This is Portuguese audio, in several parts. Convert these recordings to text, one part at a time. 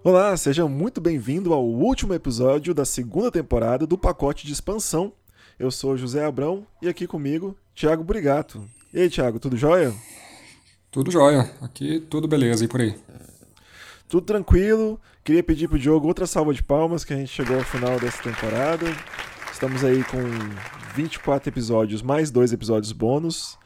Olá, seja muito bem-vindo ao último episódio da segunda temporada do pacote de expansão. Eu sou José Abrão e aqui comigo, Thiago Brigato. E aí, Thiago, tudo jóia? Tudo jóia. Aqui tudo beleza e por aí. Tudo tranquilo. Queria pedir pro Diogo outra salva de palmas que a gente chegou ao final dessa temporada. Estamos aí com 24 episódios, mais dois episódios bônus.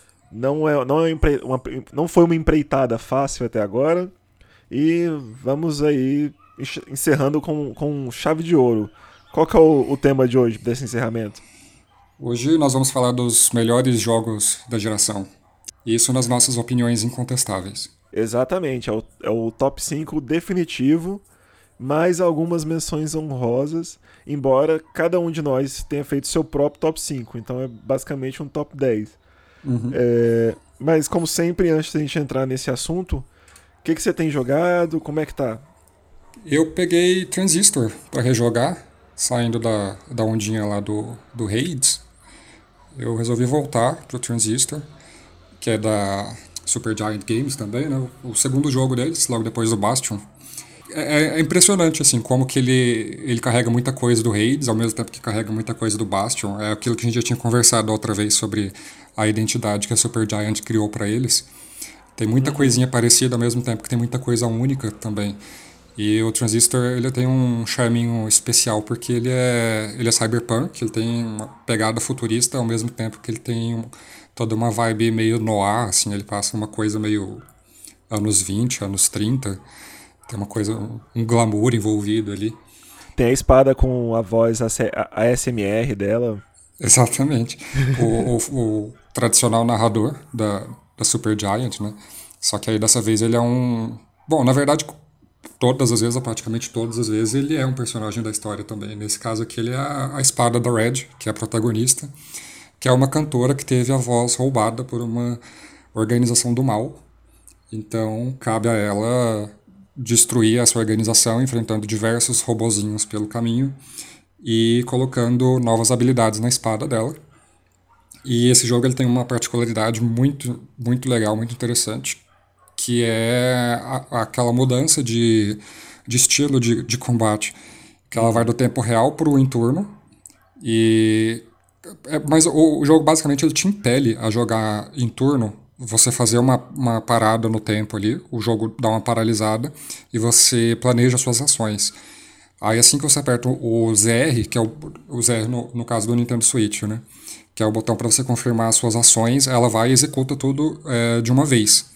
Não foi uma empreitada fácil até agora. E vamos aí encerrando com chave de ouro. Qual que é o tema de hoje, desse encerramento? Hoje nós vamos falar dos melhores jogos da geração. Isso nas nossas opiniões incontestáveis. Exatamente, é o top 5 definitivo, mais algumas menções honrosas, embora cada um de nós tenha feito seu próprio top 5, então é basicamente um top 10. Uhum. Mas como sempre, antes da gente entrar nesse assunto, o que você tem jogado? Como é que tá? Eu peguei Transistor para rejogar, saindo da ondinha lá do Hades. Eu resolvi voltar pro Transistor, que é da Supergiant Games também, né? O segundo jogo deles, logo depois do Bastion. É impressionante, assim, como que ele carrega muita coisa do Hades, ao mesmo tempo que carrega muita coisa do Bastion. É aquilo que a gente já tinha conversado outra vez sobre a identidade que a Supergiant criou para eles. Tem muita Uhum. coisinha parecida, ao mesmo tempo que tem muita coisa única também. E o Transistor, ele tem um charminho especial, porque ele é cyberpunk, ele tem uma pegada futurista, ao mesmo tempo que ele tem toda uma vibe meio noir, assim, ele passa uma coisa meio anos 20, anos 30. Tem uma coisa, um glamour envolvido ali. Tem a espada com a voz ASMR dela. Exatamente. O tradicional narrador da Supergiant, né? Só que aí dessa vez ele é um. Bom, na verdade, todas as vezes, ou praticamente todas as vezes, ele é um personagem da história também. Nesse caso aqui, ele é a espada da Red, que é a protagonista, que é uma cantora que teve a voz roubada por uma organização do mal. Então, cabe a ela destruir essa organização, enfrentando diversos robozinhos pelo caminho e colocando novas habilidades na espada dela. E esse jogo ele tem uma particularidade muito, muito legal, muito interessante, que é aquela mudança de estilo de combate, que ela vai Uhum. do tempo real para o em turno. E mas o jogo basicamente ele te impele a jogar em turno, você fazer uma parada no tempo ali, o jogo dá uma paralisada e você planeja suas ações. Aí assim que você aperta o ZR, que é o ZR no caso do Nintendo Switch, né? Que é o botão para você confirmar as suas ações, ela vai e executa tudo de uma vez.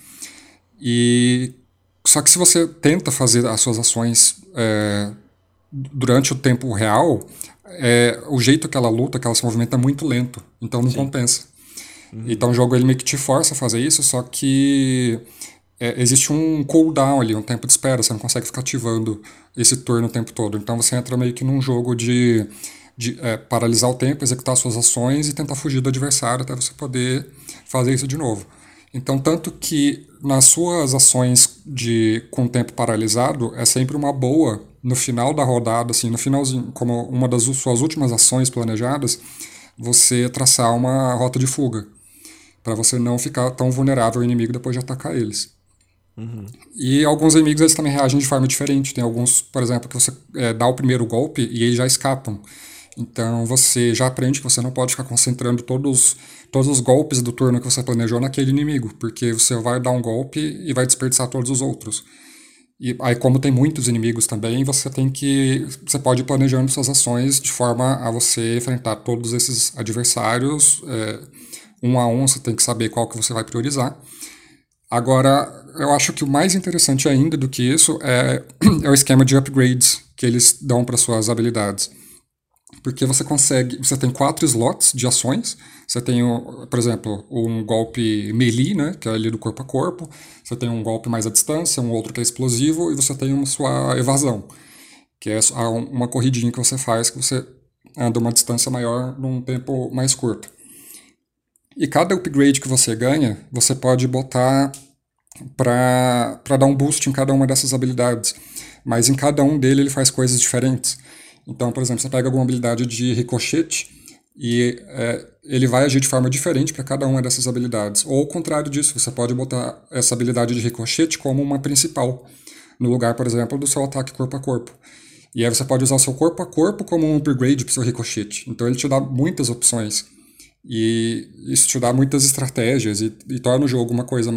E só que se você tenta fazer as suas ações durante o tempo real, o jeito que ela luta, que ela se movimenta é muito lento, então não Sim. compensa. Uhum. Então o jogo ele meio que te força a fazer isso, só que existe um cooldown ali, um tempo de espera, você não consegue ficar ativando esse turno o tempo todo. Então você entra meio que num jogo de paralisar o tempo, executar suas ações e tentar fugir do adversário até você poder fazer isso de novo. Então, tanto que nas suas ações com o tempo paralisado, é sempre uma boa no final da rodada, assim, no finalzinho, como uma das suas últimas ações planejadas, você traçar uma rota de fuga, para você não ficar tão vulnerável ao inimigo depois de atacar eles. Uhum. E alguns inimigos eles também reagem de forma diferente. Tem alguns, por exemplo, que você dá o primeiro golpe e eles já escapam. Então você já aprende que você não pode ficar concentrando todos os golpes do turno que você planejou naquele inimigo, porque você vai dar um golpe e vai desperdiçar todos os outros. E aí, como tem muitos inimigos também, você pode ir planejando suas ações de forma a você enfrentar todos esses adversários um a um. Você tem que saber qual que você vai priorizar. Agora, eu acho que o mais interessante ainda do que isso é o esquema de upgrades que eles dão para suas habilidades. Porque você tem 4 slots de ações. Você tem, por exemplo, um golpe melee, né, que é ali do corpo a corpo. Você tem um golpe mais à distância, um outro que é explosivo, e você tem uma sua evasão, que é uma corridinha que você faz, que você anda uma distância maior num tempo mais curto. E cada upgrade que você ganha, você pode botar para dar um boost em cada uma dessas habilidades. Mas em cada um dele ele faz coisas diferentes. Então, por exemplo, você pega alguma habilidade de ricochete e ele vai agir de forma diferente para cada uma dessas habilidades. Ou ao contrário disso, você pode botar essa habilidade de ricochete como uma principal. no lugar, por exemplo, do seu ataque corpo a corpo. E aí você pode usar o seu corpo a corpo como um upgrade para o seu ricochete. Então ele te dá muitas opções. E isso te dá muitas estratégias e torna o jogo uma coisa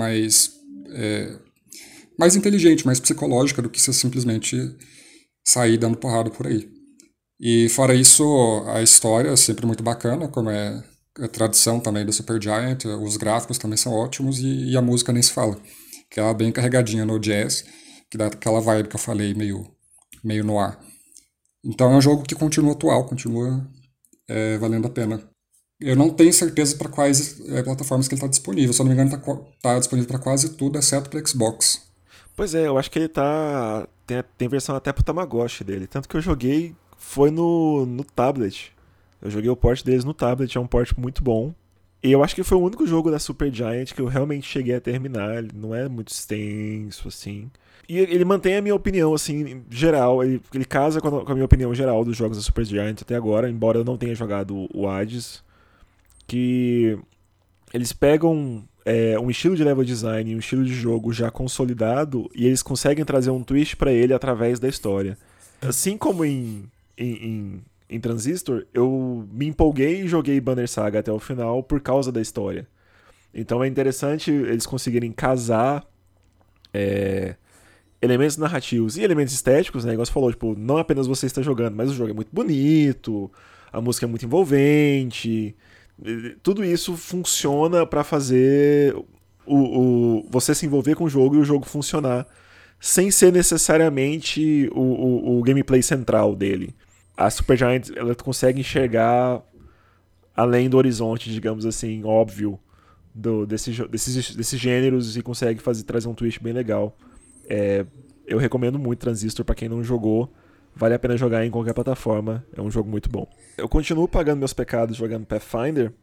mais inteligente, mais psicológica do que você simplesmente sair dando porrada por aí. E fora isso, a história é sempre muito bacana, como é a tradição também do Supergiant, os gráficos também são ótimos e a música nem se fala, que ela é bem carregadinha no jazz, que dá aquela vibe que eu falei, meio no ar. Então é um jogo que continua atual, continua valendo a pena. Eu não tenho certeza para quais plataformas que ele está disponível, se eu não me engano tá disponível para quase tudo, exceto para Xbox. Pois é, eu acho que ele tá. Tem versão até pro Tamagotchi dele. Tanto que eu joguei foi no tablet. Eu joguei o port deles no tablet, é um port muito bom. E eu acho que foi o único jogo da Supergiant que eu realmente cheguei a terminar. Ele não é muito extenso, assim. E ele mantém a minha opinião, assim, geral. Ele casa com a minha opinião geral dos jogos da Supergiant até agora, embora eu não tenha jogado o Hades. Que eles pegam um estilo de level design e um estilo de jogo já consolidado e eles conseguem trazer um twist pra ele através da história. Assim como em Transistor, eu me empolguei e joguei Banner Saga até o final por causa da história. Então é interessante eles conseguirem casar elementos narrativos e elementos estéticos, né? Igual você falou, tipo, não apenas você está jogando, mas o jogo é muito bonito, a música é muito envolvente. Tudo isso funciona pra fazer você se envolver com o jogo e o jogo funcionar sem ser necessariamente o gameplay central dele. A Supergiant ela consegue enxergar além do horizonte, digamos assim, óbvio desses gêneros e consegue trazer um twist bem legal. Eu recomendo muito Transistor pra quem não jogou. Vale a pena jogar em qualquer plataforma. É um jogo muito bom. Eu continuo pagando meus pecados jogando Pathfinder.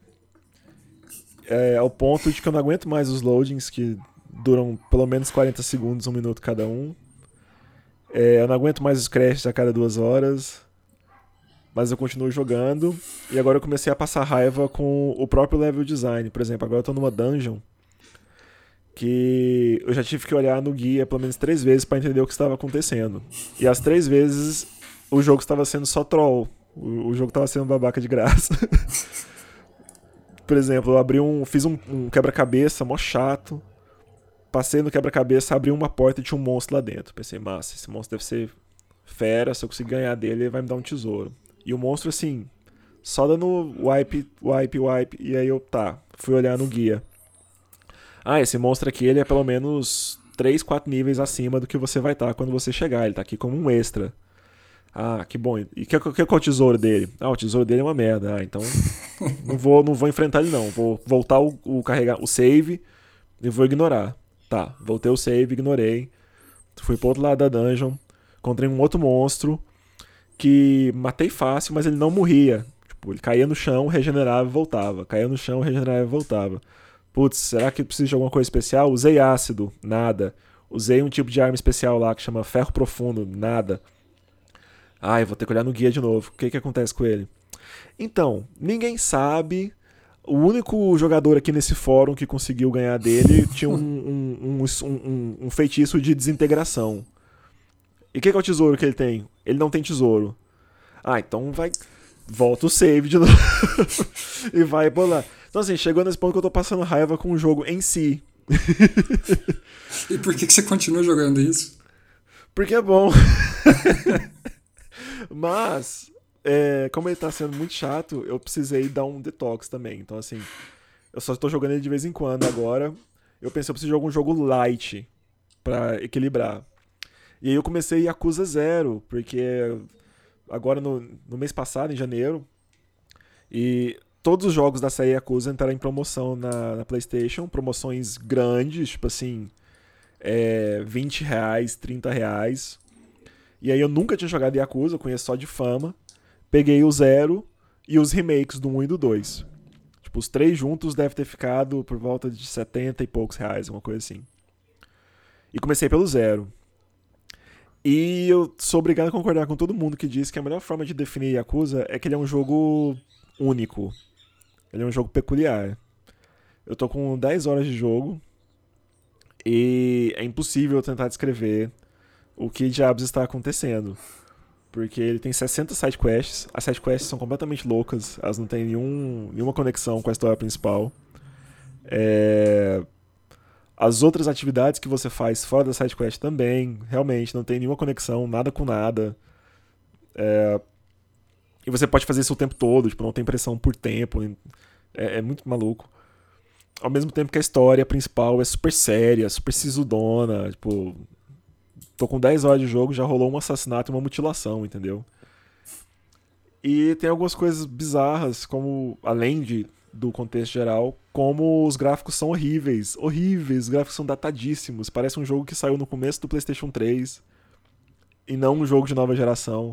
Ao ponto de que eu não aguento mais os loadings que duram pelo menos 40 segundos, 1 minuto cada um. Eu não aguento mais os crashes a cada 2 horas. Mas eu continuo jogando. E agora eu comecei a passar raiva com o próprio level design. Por exemplo, agora eu tô numa dungeon que eu já tive que olhar no guia pelo menos 3 vezes pra entender o que estava acontecendo. E as 3 vezes o jogo estava sendo só troll. O jogo estava sendo babaca de graça. Por exemplo, eu fiz um quebra-cabeça mó chato. Passei no quebra-cabeça, abri uma porta e tinha um monstro lá dentro. Pensei, massa, esse monstro deve ser fera. Se eu conseguir ganhar dele, ele vai me dar um tesouro. E o monstro, assim, só dando wipe. E aí fui olhar no guia. Esse monstro aqui, ele é pelo menos 3, 4 níveis acima do que você vai estar quando você chegar. Ele tá aqui como um extra. Que bom. E que é o tesouro dele? O tesouro dele é uma merda. Então não vou enfrentar ele não. Vou voltar carregar o save e vou ignorar. Tá, voltei o save, ignorei. Fui pro outro lado da dungeon. Encontrei um outro monstro que matei fácil, mas ele não morria. Tipo, ele caía no chão, regenerava e voltava. Caía no chão, regenerava e voltava. Putz, será que precisa de alguma coisa especial? Usei ácido, nada. Usei um tipo de arma especial lá que chama ferro profundo, nada. Eu vou ter que olhar no guia de novo. O que acontece com ele? Então, ninguém sabe. O único jogador aqui nesse fórum que conseguiu ganhar dele tinha um feitiço de desintegração. E o que é o tesouro que ele tem? Ele não tem tesouro. Então vai. Volta o save de novo. E vai bolar. Então, assim, chegou nesse ponto que eu tô passando raiva com o jogo em si. E por que você continua jogando isso? Porque é bom. Mas, como ele tá sendo muito chato, eu precisei dar um detox também. Então, assim, eu só tô jogando ele de vez em quando agora. Eu pensei, eu preciso de algum jogo light pra equilibrar. E aí eu comecei Yakuza 0, porque agora no mês passado, em janeiro, e todos os jogos da série Yakuza entraram em promoção na PlayStation, promoções grandes, tipo assim, R$20, R$30. E aí eu nunca tinha jogado Yakuza, eu conheço só de fama. Peguei o 0 e os remakes do 1 e do 2. Tipo, os 3 juntos deve ter ficado por volta de 70 e poucos reais, uma coisa assim. E comecei pelo 0. E eu sou obrigado a concordar com todo mundo que diz que a melhor forma de definir Yakuza é que ele é um jogo único. Ele é um jogo peculiar. Eu tô com 10 horas de jogo e é impossível tentar descrever o que diabos está acontecendo. Porque ele tem 60 sidequests. As sidequests são completamente loucas. Elas não têm nenhuma conexão com a história principal. As outras atividades que você faz fora da sidequest também, realmente, não tem nenhuma conexão, nada com nada. E você pode fazer isso o tempo todo, tipo, não tem pressão por tempo. É muito maluco. Ao mesmo tempo que a história principal é super séria, super sisudona. Tipo, tô com 10 horas de jogo, já rolou um assassinato e uma mutilação, entendeu? E tem algumas coisas bizarras, como, além do contexto geral, como os gráficos são horríveis. Horríveis, os gráficos são datadíssimos. Parece um jogo que saiu no começo do PlayStation 3 e não um jogo de nova geração.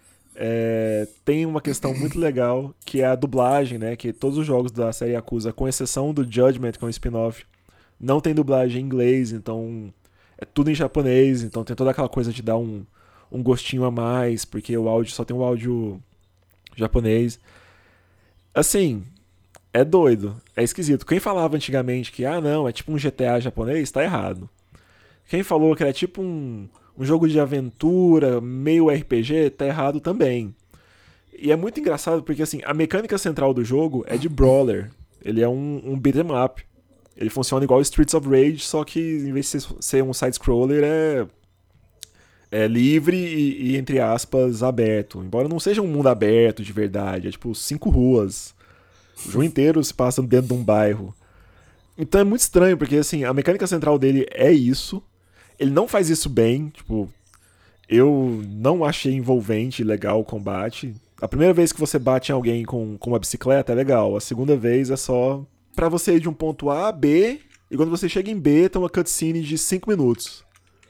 Tem uma questão muito legal, que é a dublagem, né? Que todos os jogos da série Yakuza, com exceção do Judgment, que é um spin-off, não tem dublagem em inglês, então é tudo em japonês, então tem toda aquela coisa de dar um gostinho a mais, porque o áudio só tem o áudio japonês. Assim, é doido, é esquisito. Quem falava antigamente que, não, é tipo um GTA japonês, tá errado. Quem falou que era tipo um jogo de aventura, meio RPG, tá errado também. E é muito engraçado porque, assim, a mecânica central do jogo é de brawler. Ele é um beat'em up. Ele funciona igual Streets of Rage, só que em vez de ser um side-scroller, é livre e, entre aspas, aberto. Embora não seja um mundo aberto de verdade. É tipo 5 ruas. O jogo inteiro se passa dentro de um bairro. Então é muito estranho, porque, assim, a mecânica central dele é isso. Ele não faz isso bem, tipo, eu não achei envolvente e legal o combate. A primeira vez que você bate em alguém com uma bicicleta é legal, a segunda vez é só pra você ir de um ponto A a B, e quando você chega em B tem uma cutscene de 5 minutos.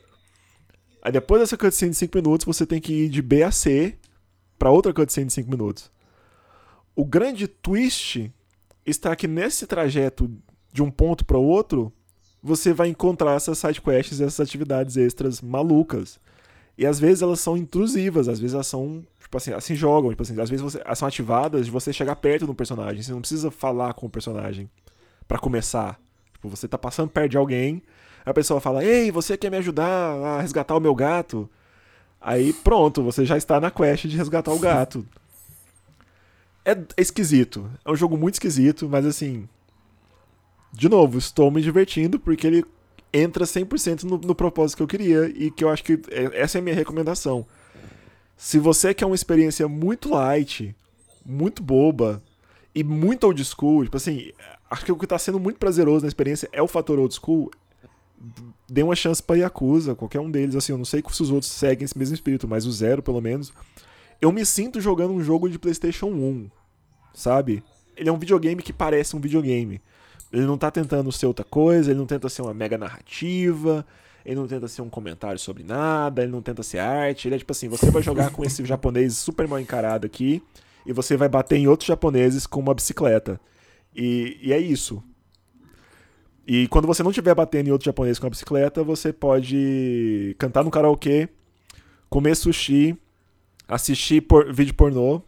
Aí depois dessa cutscene de 5 minutos você tem que ir de B a C pra outra cutscene de 5 minutos. O grande twist está que nesse trajeto de um ponto para o outro, você vai encontrar essas sidequests e essas atividades extras malucas. E às vezes elas são intrusivas, às vezes elas são, tipo assim jogam, tipo assim, às vezes elas são ativadas de você chegar perto do personagem, você não precisa falar com o personagem pra começar. Tipo, você tá passando perto de alguém, a pessoa fala: "Ei, você quer me ajudar a resgatar o meu gato?" Aí pronto, você já está na quest de resgatar o gato. É esquisito, é um jogo muito esquisito, mas assim, de novo, estou me divertindo porque ele entra 100% no propósito que eu queria e que eu acho que essa é a minha recomendação. Se você quer uma experiência muito light, muito boba e muito old school, tipo assim, acho que o que está sendo muito prazeroso na experiência é o fator old school, dê uma chance pra Yakuza, qualquer um deles, assim, eu não sei se os outros seguem esse mesmo espírito, mas o Zero, pelo menos, eu me sinto jogando um jogo de PlayStation 1, sabe? Ele é um videogame que parece um videogame. Ele não tá tentando ser outra coisa, ele não tenta ser uma mega narrativa, ele não tenta ser um comentário sobre nada, ele não tenta ser arte. Ele é tipo assim, você vai jogar com esse japonês super mal encarado aqui e você vai bater em outros japoneses com uma bicicleta. E é isso. E quando você não estiver batendo em outro japonês com uma bicicleta, você pode cantar no karaokê, comer sushi, assistir vídeo pornô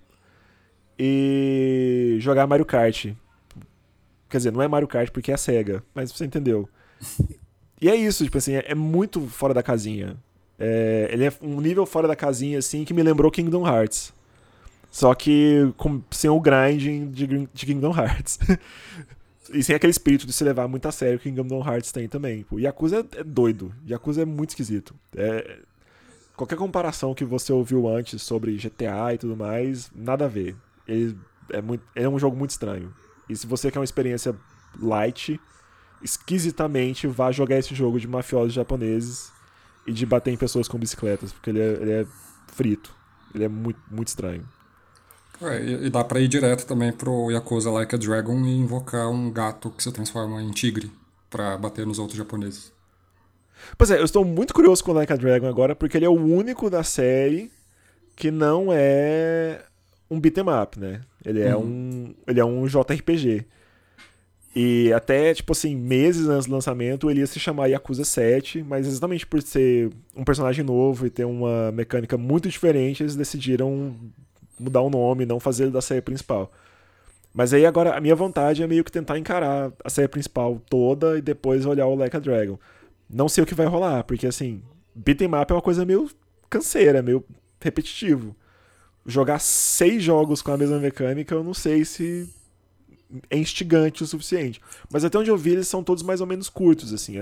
e jogar Mario Kart. Quer dizer, não é Mario Kart porque é a SEGA, mas você entendeu. E é isso, tipo assim, é muito fora da casinha. Ele é um nível fora da casinha, assim, que me lembrou Kingdom Hearts. Só que sem o grinding de Kingdom Hearts. E sem aquele espírito de se levar muito a sério que Kingdom Hearts tem também. O Yakuza é doido. Yakuza é muito esquisito. Qualquer comparação que você ouviu antes sobre GTA e tudo mais, nada a ver. Ele é um jogo muito estranho. E se você quer uma experiência light, esquisitamente vá jogar esse jogo de mafiosos japoneses e de bater em pessoas com bicicletas, porque ele é frito. Ele é muito, muito estranho. E dá pra ir direto também pro Yakuza Like a Dragon e invocar um gato que se transforma em tigre pra bater nos outros japoneses. Pois é, eu estou muito curioso com o Like a Dragon agora, porque ele é o único da série que não é um beat'em up, né? Ele é um JRPG. E até, tipo assim, meses antes do lançamento, ele ia se chamar Yakuza 7, mas exatamente por ser um personagem novo e ter uma mecânica muito diferente, eles decidiram mudar o nome e não fazer ele da série principal. Mas aí agora a minha vontade é meio que tentar encarar a série principal toda e depois olhar o Like a Dragon. Não sei o que vai rolar, porque assim, beat'em up é uma coisa meio canseira, meio repetitivo. Jogar 6 jogos com a mesma mecânica, eu não sei se é instigante o suficiente. Mas até onde eu vi, eles são todos mais ou menos curtos, assim.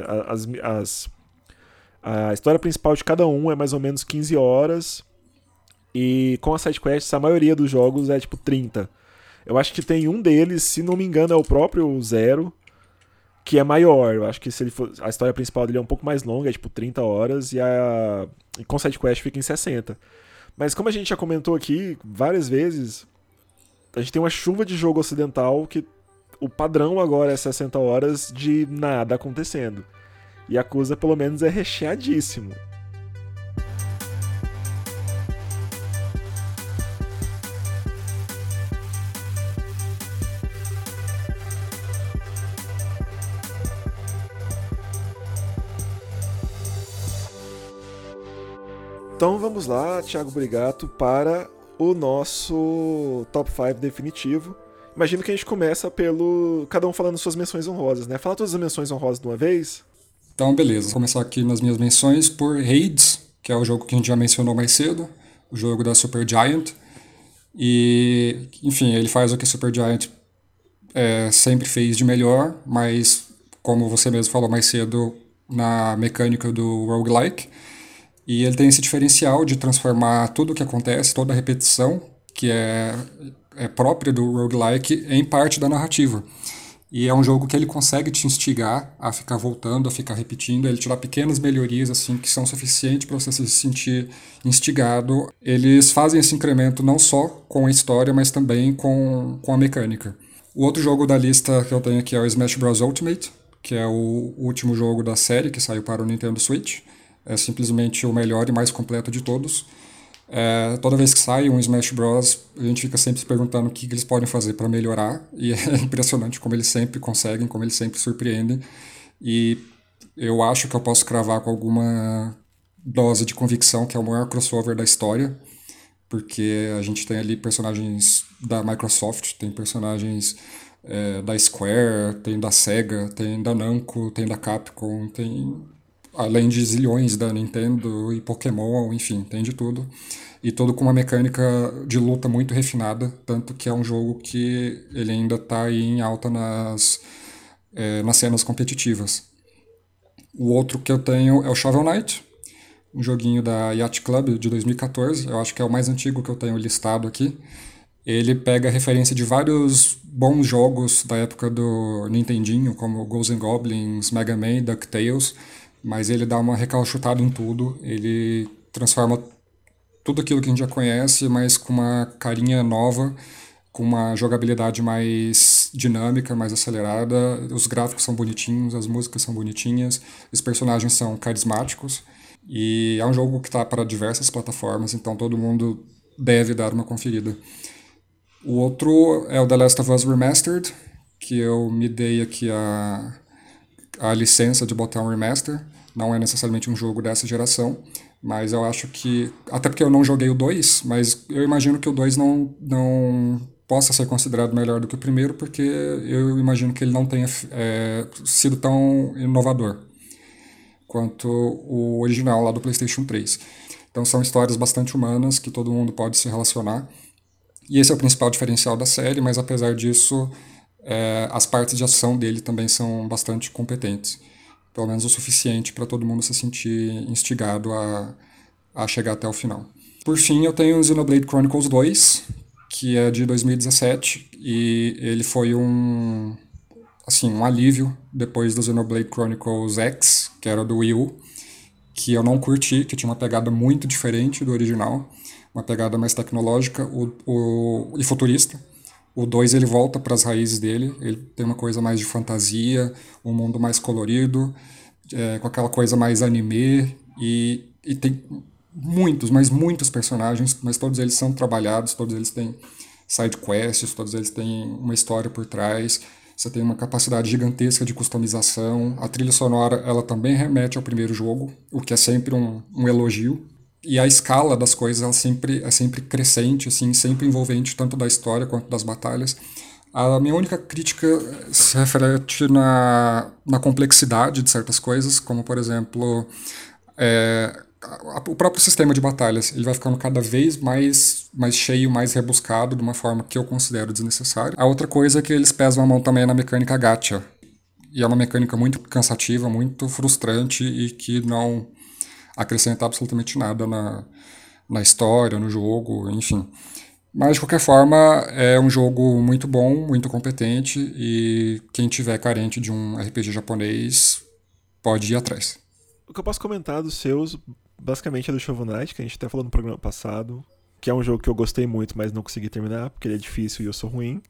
A história principal de cada um é mais ou menos 15 horas. E com as sidequests, a maioria dos jogos é tipo 30. Eu acho que tem um deles, se não me engano, é o próprio Zero, que é maior. Eu acho que se ele for, a história principal dele é um pouco mais longa, é tipo 30 horas, e com sidequest fica em 60. Mas como a gente já comentou aqui várias vezes, a gente tem uma chuva de jogo ocidental que o padrão agora é 60 horas de nada acontecendo. E a Yakuza, pelo menos, é recheadíssimo. Então vamos lá, Thiago Brigato, para o nosso top 5 definitivo. Imagino que a gente começa pelo. Cada um falando suas menções honrosas, né? Fala todas as menções honrosas de uma vez. Então, beleza. Vou começar aqui nas minhas menções por Hades, que é o jogo que a gente já mencionou mais cedo, o jogo da Supergiant. E, enfim, ele faz o que a Supergiant sempre fez de melhor, mas, como você mesmo falou mais cedo, na mecânica do roguelike. E ele tem esse diferencial de transformar tudo o que acontece, toda a repetição, que é própria do roguelike, em parte da narrativa. E é um jogo que ele consegue te instigar a ficar voltando, a ficar repetindo, ele te dá pequenas melhorias assim que são suficientes para você se sentir instigado. Eles fazem esse incremento não só com a história, mas também com a mecânica. O outro jogo da lista que eu tenho aqui é o Smash Bros. Ultimate, que é o último jogo da série que saiu para o Nintendo Switch. É simplesmente o melhor e mais completo de todos. Toda vez que sai um Smash Bros, a gente fica sempre se perguntando o que eles podem fazer para melhorar. E é impressionante como eles sempre conseguem, como eles sempre surpreendem. E eu acho que eu posso cravar com alguma dose de convicção que é o maior crossover da história. Porque a gente tem ali personagens da Microsoft, tem personagens da Square, tem da Sega, tem da Namco, tem da Capcom, tem além de zilhões da Nintendo e Pokémon, enfim, tem de tudo. E todo com uma mecânica de luta muito refinada, tanto que é um jogo que ele ainda está aí em alta nas cenas competitivas. O outro que eu tenho é o Shovel Knight, um joguinho da Yacht Club de 2014, eu acho que é o mais antigo que eu tenho listado aqui. Ele pega referência de vários bons jogos da época do Nintendinho, como Ghosts and Goblins, Mega Man, DuckTales, mas ele dá uma recalchutada em tudo, ele transforma tudo aquilo que a gente já conhece, mas com uma carinha nova, com uma jogabilidade mais dinâmica, mais acelerada, os gráficos são bonitinhos, as músicas são bonitinhas, os personagens são carismáticos, e é um jogo que está para diversas plataformas, então todo mundo deve dar uma conferida. O outro é o The Last of Us Remastered, que eu me dei aqui a licença de botar um remaster. Não é necessariamente um jogo dessa geração, mas eu acho que... Até porque eu não joguei o 2, mas eu imagino que o 2 não possa ser considerado melhor do que o primeiro, porque eu imagino que ele não tenha sido tão inovador quanto o original lá do PlayStation 3. Então são histórias bastante humanas que todo mundo pode se relacionar. E esse é o principal diferencial da série, mas apesar disso, as partes de ação dele também são bastante competentes. Pelo menos o suficiente para todo mundo se sentir instigado a chegar até o final. Por fim, eu tenho o Xenoblade Chronicles 2, que é de 2017, e ele foi um alívio depois do Xenoblade Chronicles X, que era do Wii U, que eu não curti, que tinha uma pegada muito diferente do original, uma pegada mais tecnológica e futurista. O 2 ele volta para as raízes dele, ele tem uma coisa mais de fantasia, um mundo mais colorido, com aquela coisa mais anime, e tem muitos personagens, mas todos eles são trabalhados, todos eles têm side quests, todos eles têm uma história por trás, você tem uma capacidade gigantesca de customização, a trilha sonora ela também remete ao primeiro jogo, o que é sempre um elogio. E a escala das coisas ela é sempre crescente, assim, sempre envolvente, tanto da história quanto das batalhas. A minha única crítica se refere na complexidade de certas coisas, como, por exemplo, O próprio sistema de batalhas ele vai ficando cada vez mais cheio, mais rebuscado, de uma forma que eu considero desnecessária. A outra coisa é que eles pesam a mão também na mecânica gacha. E é uma mecânica muito cansativa, muito frustrante e que não acrescenta absolutamente nada na história, no jogo, enfim. Mas, de qualquer forma, é um jogo muito bom, muito competente e quem tiver carente de um RPG japonês pode ir atrás. O que eu posso comentar dos seus, basicamente, é do Shovel Knight, que a gente até falou no programa passado, que é um jogo que eu gostei muito, mas não consegui terminar, porque ele é difícil e eu sou ruim.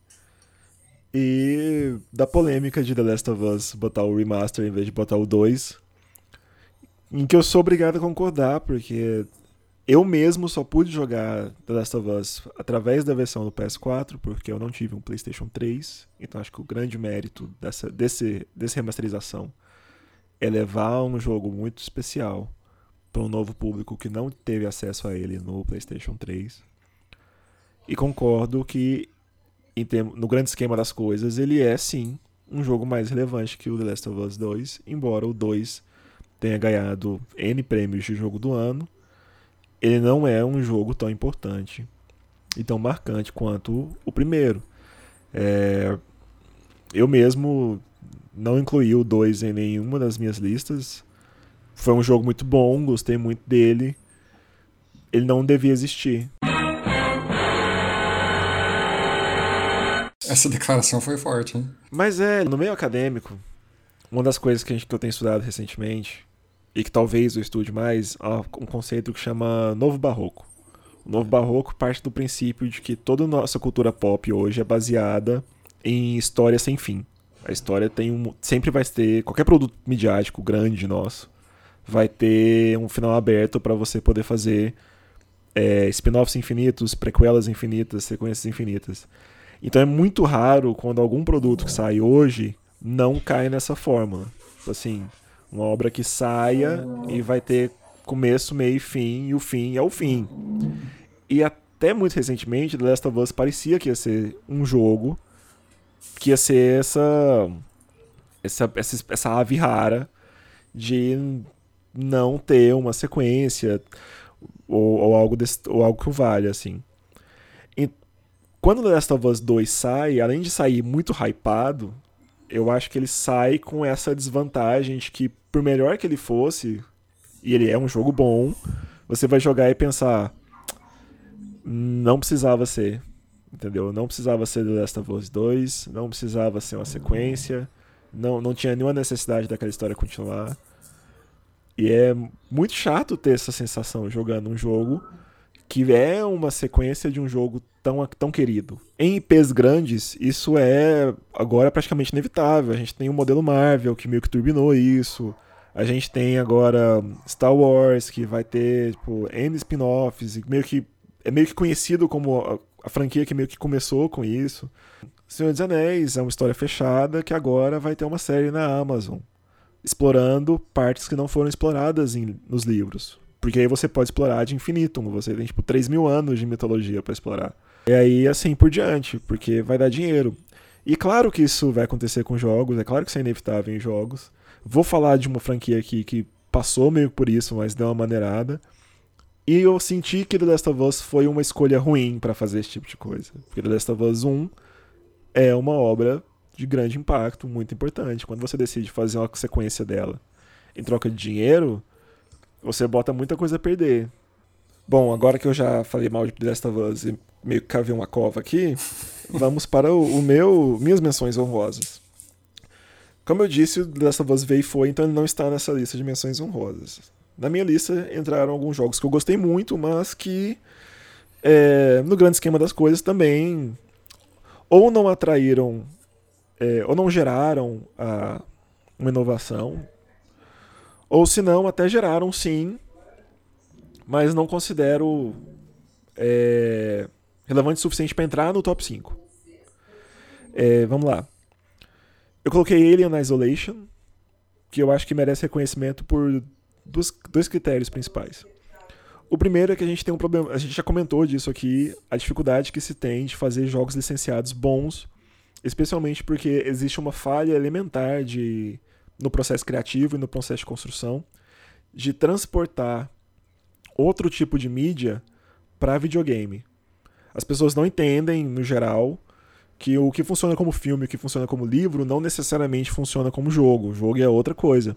E da polêmica de The Last of Us botar o remaster em vez de botar o 2, em que eu sou obrigado a concordar, porque eu mesmo só pude jogar The Last of Us através da versão do PS4, porque eu não tive um PlayStation 3, então acho que o grande mérito desse remasterização é levar um jogo muito especial para um novo público que não teve acesso a ele no PlayStation 3. E concordo que, no grande esquema das coisas, ele é sim um jogo mais relevante que o The Last of Us 2, embora o 2 tenha ganhado N prêmios de jogo do ano. Ele não é um jogo tão importante e tão marcante quanto o primeiro. Eu mesmo não incluí o 2 em nenhuma das minhas listas. Foi um jogo muito bom, gostei muito dele. Ele não devia existir. Essa declaração foi forte, hein? Mas no meio acadêmico, uma das coisas que eu tenho estudado recentemente, e que talvez eu estude mais, é um conceito que chama Novo Barroco. O Novo Barroco parte do princípio de que toda a nossa cultura pop hoje é baseada em história sem fim. A história sempre vai ter, qualquer produto midiático grande nosso, vai ter um final aberto para você poder fazer spin-offs infinitos, prequelas infinitas, sequências infinitas. Então é muito raro quando algum produto que sai hoje não cai nessa fórmula. Assim, uma obra que saia e vai ter começo, meio e fim, e o fim é o fim. E até muito recentemente, The Last of Us parecia que ia ser um jogo que ia ser essa ave rara de não ter uma sequência ou algo que o valha, assim. E quando The Last of Us 2 sai, além de sair muito hypado, eu acho que ele sai com essa desvantagem de que, por melhor que ele fosse, e ele é um jogo bom, você vai jogar e pensar, não precisava ser, entendeu? Não precisava ser The Last of Us 2, não precisava ser uma sequência, não tinha nenhuma necessidade daquela história continuar. E é muito chato ter essa sensação jogando um jogo que é uma sequência de um jogo tão querido. Em IPs grandes, isso é agora praticamente inevitável. A gente tem o modelo Marvel, que meio que turbinou isso. A gente tem agora Star Wars, que vai ter N spin-offs, e é meio que conhecido como a franquia que meio que começou com isso. Senhor dos Anéis é uma história fechada que agora vai ter uma série na Amazon, explorando partes que não foram exploradas nos livros. Porque aí você pode explorar de infinitum, você tem 3.000 anos de mitologia para explorar. E aí assim por diante, porque vai dar dinheiro. E claro que isso vai acontecer com jogos, é claro que isso é inevitável em jogos. Vou falar de uma franquia aqui que passou meio por isso, mas deu uma maneirada. E eu senti que The Last of Us foi uma escolha ruim para fazer esse tipo de coisa. Porque The Last of Us 1 é uma obra de grande impacto, muito importante. Quando você decide fazer uma sequência dela em troca de dinheiro, você bota muita coisa a perder. Bom, agora que eu já falei mal de The Last of Us e meio que cavei uma cova aqui, vamos para minhas menções honrosas. Como eu disse, o The Last of Us veio e foi, então ele não está nessa lista de menções honrosas. Na minha lista entraram alguns jogos que eu gostei muito, mas que, no grande esquema das coisas, também ou não atraíram, ou não geraram uma inovação, ou se não, até geraram sim, mas não considero relevante o suficiente para entrar no top 5. Vamos lá. Eu coloquei Alien Isolation, que eu acho que merece reconhecimento por dois critérios principais. O primeiro é que a gente tem um problema, a gente já comentou disso aqui, a dificuldade que se tem de fazer jogos licenciados bons, especialmente porque existe uma falha elementar no processo criativo e no processo de construção, de transportar outro tipo de mídia para videogame. As pessoas não entendem, no geral, que o que funciona como filme, o que funciona como livro, não necessariamente funciona como jogo. O jogo é outra coisa.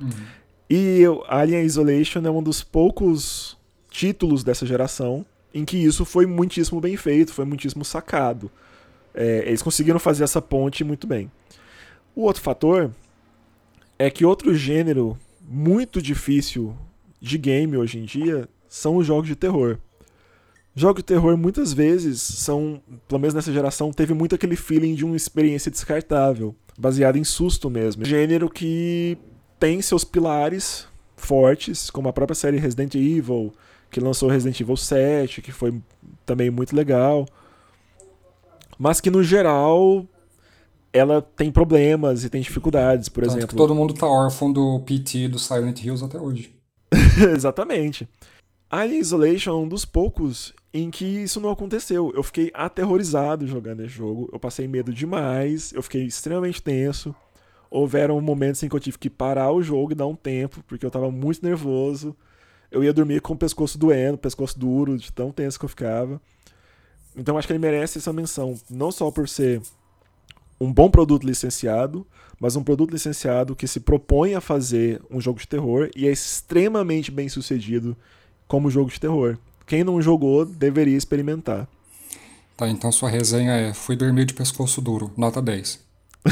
E Alien Isolation é um dos poucos títulos dessa geração em que isso foi muitíssimo bem feito, foi muitíssimo sacado. Eles conseguiram fazer essa ponte muito bem. O outro fator é que outro gênero muito difícil de game hoje em dia são os jogos de terror. Jogos de terror muitas vezes são, pelo menos nessa geração, teve muito aquele feeling de uma experiência descartável, baseada em susto mesmo. Gênero que tem seus pilares fortes, como a própria série Resident Evil, que lançou Resident Evil 7, que foi também muito legal, mas que no geral ela tem problemas e tem dificuldades, por Tanto exemplo. que todo mundo tá órfão do PT do Silent Hills até hoje. Exatamente. Alien Isolation é um dos poucos em que isso não aconteceu. Eu fiquei aterrorizado jogando esse jogo, eu passei medo demais, eu fiquei extremamente tenso. Houveram momentos em que eu tive que parar o jogo e dar um tempo, porque eu tava muito nervoso. Eu ia dormir com o pescoço doendo, pescoço duro, de tão tenso que eu ficava. Então acho que ele merece essa menção, não só por ser um bom produto licenciado, mas um produto licenciado que se propõe a fazer um jogo de terror e é extremamente bem sucedido como jogo de terror. Quem não jogou deveria experimentar. Tá, então sua resenha é: fui dormir de pescoço duro, nota 10.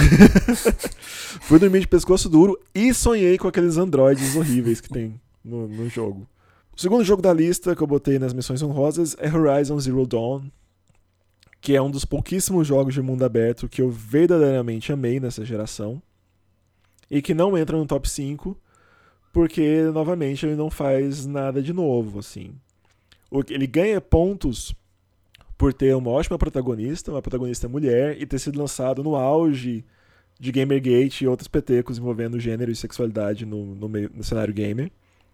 Fui dormir de pescoço duro e sonhei com aqueles androides horríveis que tem no jogo. O segundo jogo da lista que eu botei nas missões honrosas é Horizon Zero Dawn, que é um dos pouquíssimos jogos de mundo aberto que eu verdadeiramente amei nessa geração e que não entra no top 5 porque, novamente, ele não faz nada de novo, assim. Ele ganha pontos por ter uma ótima protagonista, uma protagonista mulher, e ter sido lançado no auge de Gamergate e outros petecos envolvendo gênero e sexualidade no cenário gamer.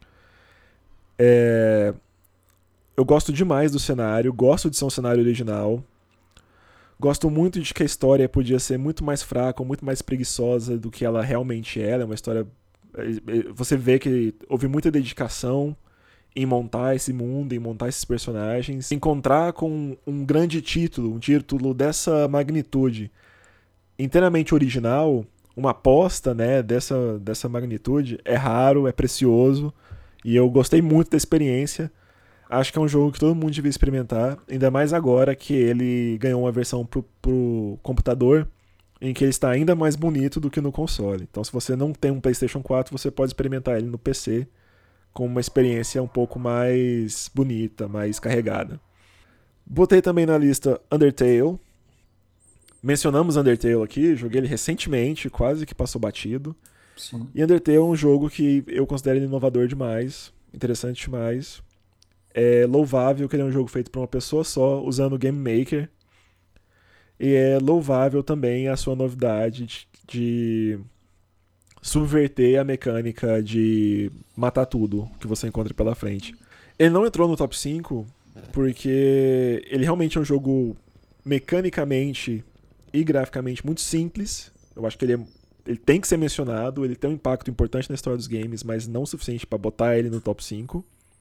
Eu gosto demais do cenário, gosto de ser um cenário original. Gosto muito de que a história podia ser muito mais fraca, muito mais preguiçosa do que ela realmente é. Ela é uma história... Você vê que houve muita dedicação em montar esse mundo, em montar esses personagens. Encontrar com um grande título, um título dessa magnitude, inteiramente original, uma aposta, né, dessa magnitude, é raro, é precioso. E eu gostei muito da experiência. Acho que é um jogo que todo mundo devia experimentar, ainda mais agora que ele ganhou uma versão pro computador, em que ele está ainda mais bonito do que no console. Então, se você não tem um PlayStation 4, você pode experimentar ele no PC com uma experiência um pouco mais bonita, mais carregada. Botei também na lista Undertale. Mencionamos Undertale aqui, joguei ele recentemente, quase que passou batido. Sim. E Undertale é um jogo que eu considero ele inovador demais, interessante demais. É louvável que ele é um jogo feito por uma pessoa só, usando o Game Maker. E é louvável também a sua novidade de subverter a mecânica de matar tudo que você encontra pela frente. Ele não entrou no top 5 porque ele realmente é um jogo mecanicamente e graficamente muito simples. Eu acho que ele tem que ser mencionado, ele tem um impacto importante na história dos games, mas não o suficiente para botar ele no top 5.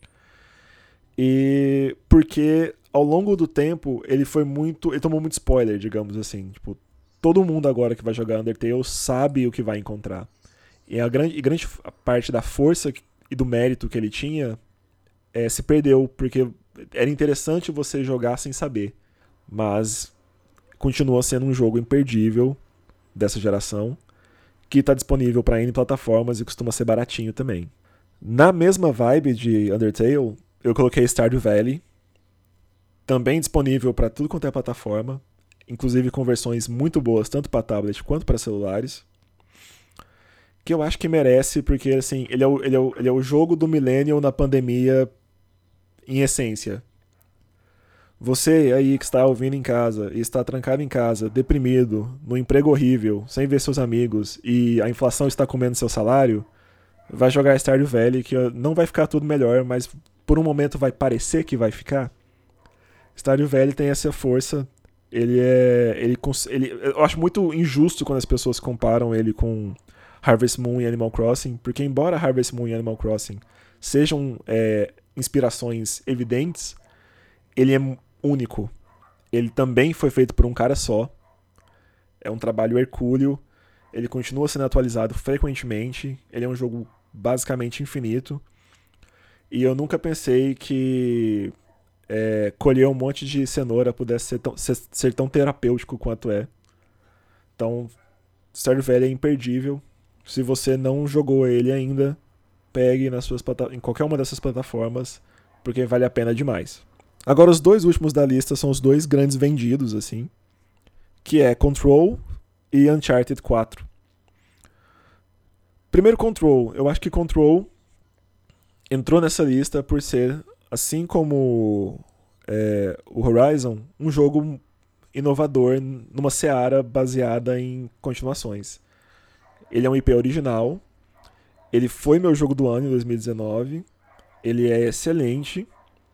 E porque ao longo do tempo ele tomou muito spoiler, digamos assim. Tipo, todo mundo agora que vai jogar Undertale sabe o que vai encontrar. E a grande parte da força e do mérito que ele tinha se perdeu, porque era interessante você jogar sem saber. Mas continua sendo um jogo imperdível dessa geração, que está disponível para N plataformas e costuma ser baratinho também. Na mesma vibe de Undertale, eu coloquei Stardew Valley, também disponível para tudo quanto é plataforma, inclusive com versões muito boas, tanto para tablet quanto para celulares, que eu acho que merece, porque assim, ele é o jogo do millennial na pandemia em essência. Você aí que está ouvindo em casa e está trancado em casa, deprimido, no emprego horrível, sem ver seus amigos e a inflação está comendo seu salário, vai jogar Stardew Valley, que não vai ficar tudo melhor, mas por um momento vai parecer que vai ficar. Stardew Valley tem essa força. Eu acho muito injusto quando as pessoas comparam ele com Harvest Moon e Animal Crossing, porque embora Harvest Moon e Animal Crossing sejam inspirações evidentes, ele é único. Ele também foi feito por um cara só. É um trabalho hercúleo. Ele continua sendo atualizado frequentemente. Ele é um jogo basicamente infinito. E eu nunca pensei que colher um monte de cenoura pudesse ser tão terapêutico quanto é. Então, Stardew Valley é imperdível. Se você não jogou ele ainda, pegue em qualquer uma dessas plataformas, porque vale a pena demais. Agora, os dois últimos da lista são os dois grandes vendidos, assim, que é Control e Uncharted 4. Primeiro, Control. Eu acho que Control entrou nessa lista por ser, assim como o Horizon, um jogo inovador numa seara baseada em continuações. Ele é um IP original. Ele foi meu jogo do ano em 2019. Ele é excelente.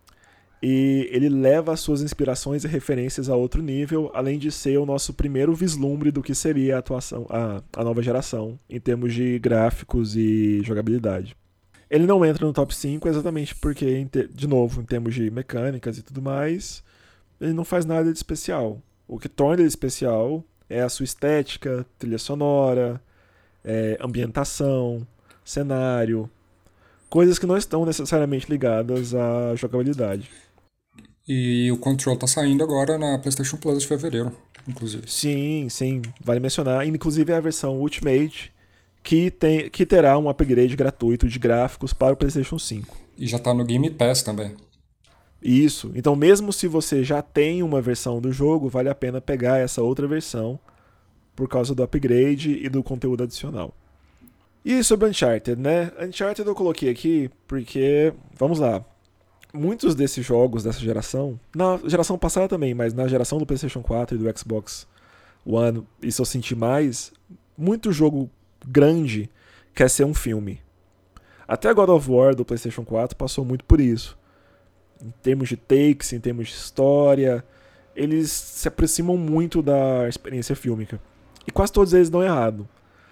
E ele leva as suas inspirações e referências a outro nível, além de ser o nosso primeiro vislumbre do que seria a nova geração, em termos de gráficos e jogabilidade. Ele não entra no top 5 exatamente porque, de novo, em termos de mecânicas e tudo mais, ele não faz nada de especial. O que torna ele especial é a sua estética, trilha sonora, ambientação, cenário, coisas que não estão necessariamente ligadas à jogabilidade. E o Control tá saindo agora na PlayStation Plus de fevereiro, inclusive. Sim, vale mencionar. Inclusive é a versão Ultimate que terá um upgrade gratuito de gráficos para o PlayStation 5. E já tá no Game Pass também. Isso. Então, mesmo se você já tem uma versão do jogo, vale a pena pegar essa outra versão por causa do upgrade e do conteúdo adicional. E sobre Uncharted, né? Uncharted eu coloquei aqui porque, vamos lá, muitos desses jogos dessa geração, na geração passada também, mas na geração do PlayStation 4 e do Xbox One, isso eu senti mais, muito jogo grande quer ser um filme. Até God of War do PlayStation 4 passou muito por isso. Em termos de takes, em termos de história, eles se aproximam muito da experiência fílmica. E quase todos eles dão errado.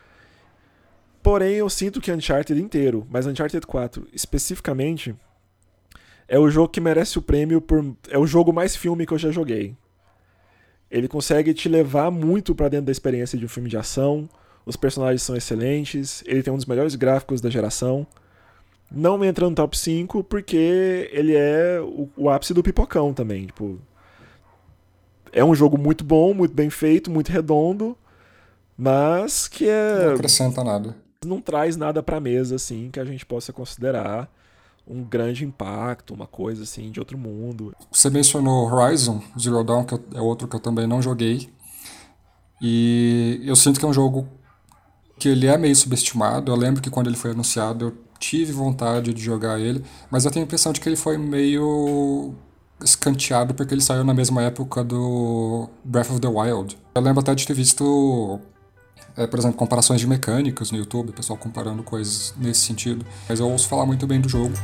Porém, eu sinto que Uncharted inteiro, mas Uncharted 4 especificamente, é o jogo que merece o prêmio é o jogo mais filme que eu já joguei. Ele consegue te levar muito pra dentro da experiência de um filme de ação, os personagens são excelentes, ele tem um dos melhores gráficos da geração. Não entra no top 5 porque ele é o ápice do pipocão também. Tipo, é um jogo muito bom, muito bem feito, muito redondo, mas que Não acrescenta nada. Não traz nada pra mesa assim que a gente possa considerar um grande impacto, uma coisa assim de outro mundo. Você mencionou Horizon Zero Dawn, que é outro que eu também não joguei. E eu sinto que é um jogo que ele é meio subestimado. Eu lembro que quando ele foi anunciado eu tive vontade de jogar ele, mas eu tenho a impressão de que ele foi meio escanteado porque ele saiu na mesma época do Breath of the Wild. Eu lembro até de ter visto, por exemplo, comparações de mecânicas no YouTube, o pessoal comparando coisas nesse sentido. Mas eu ouço falar muito bem do jogo.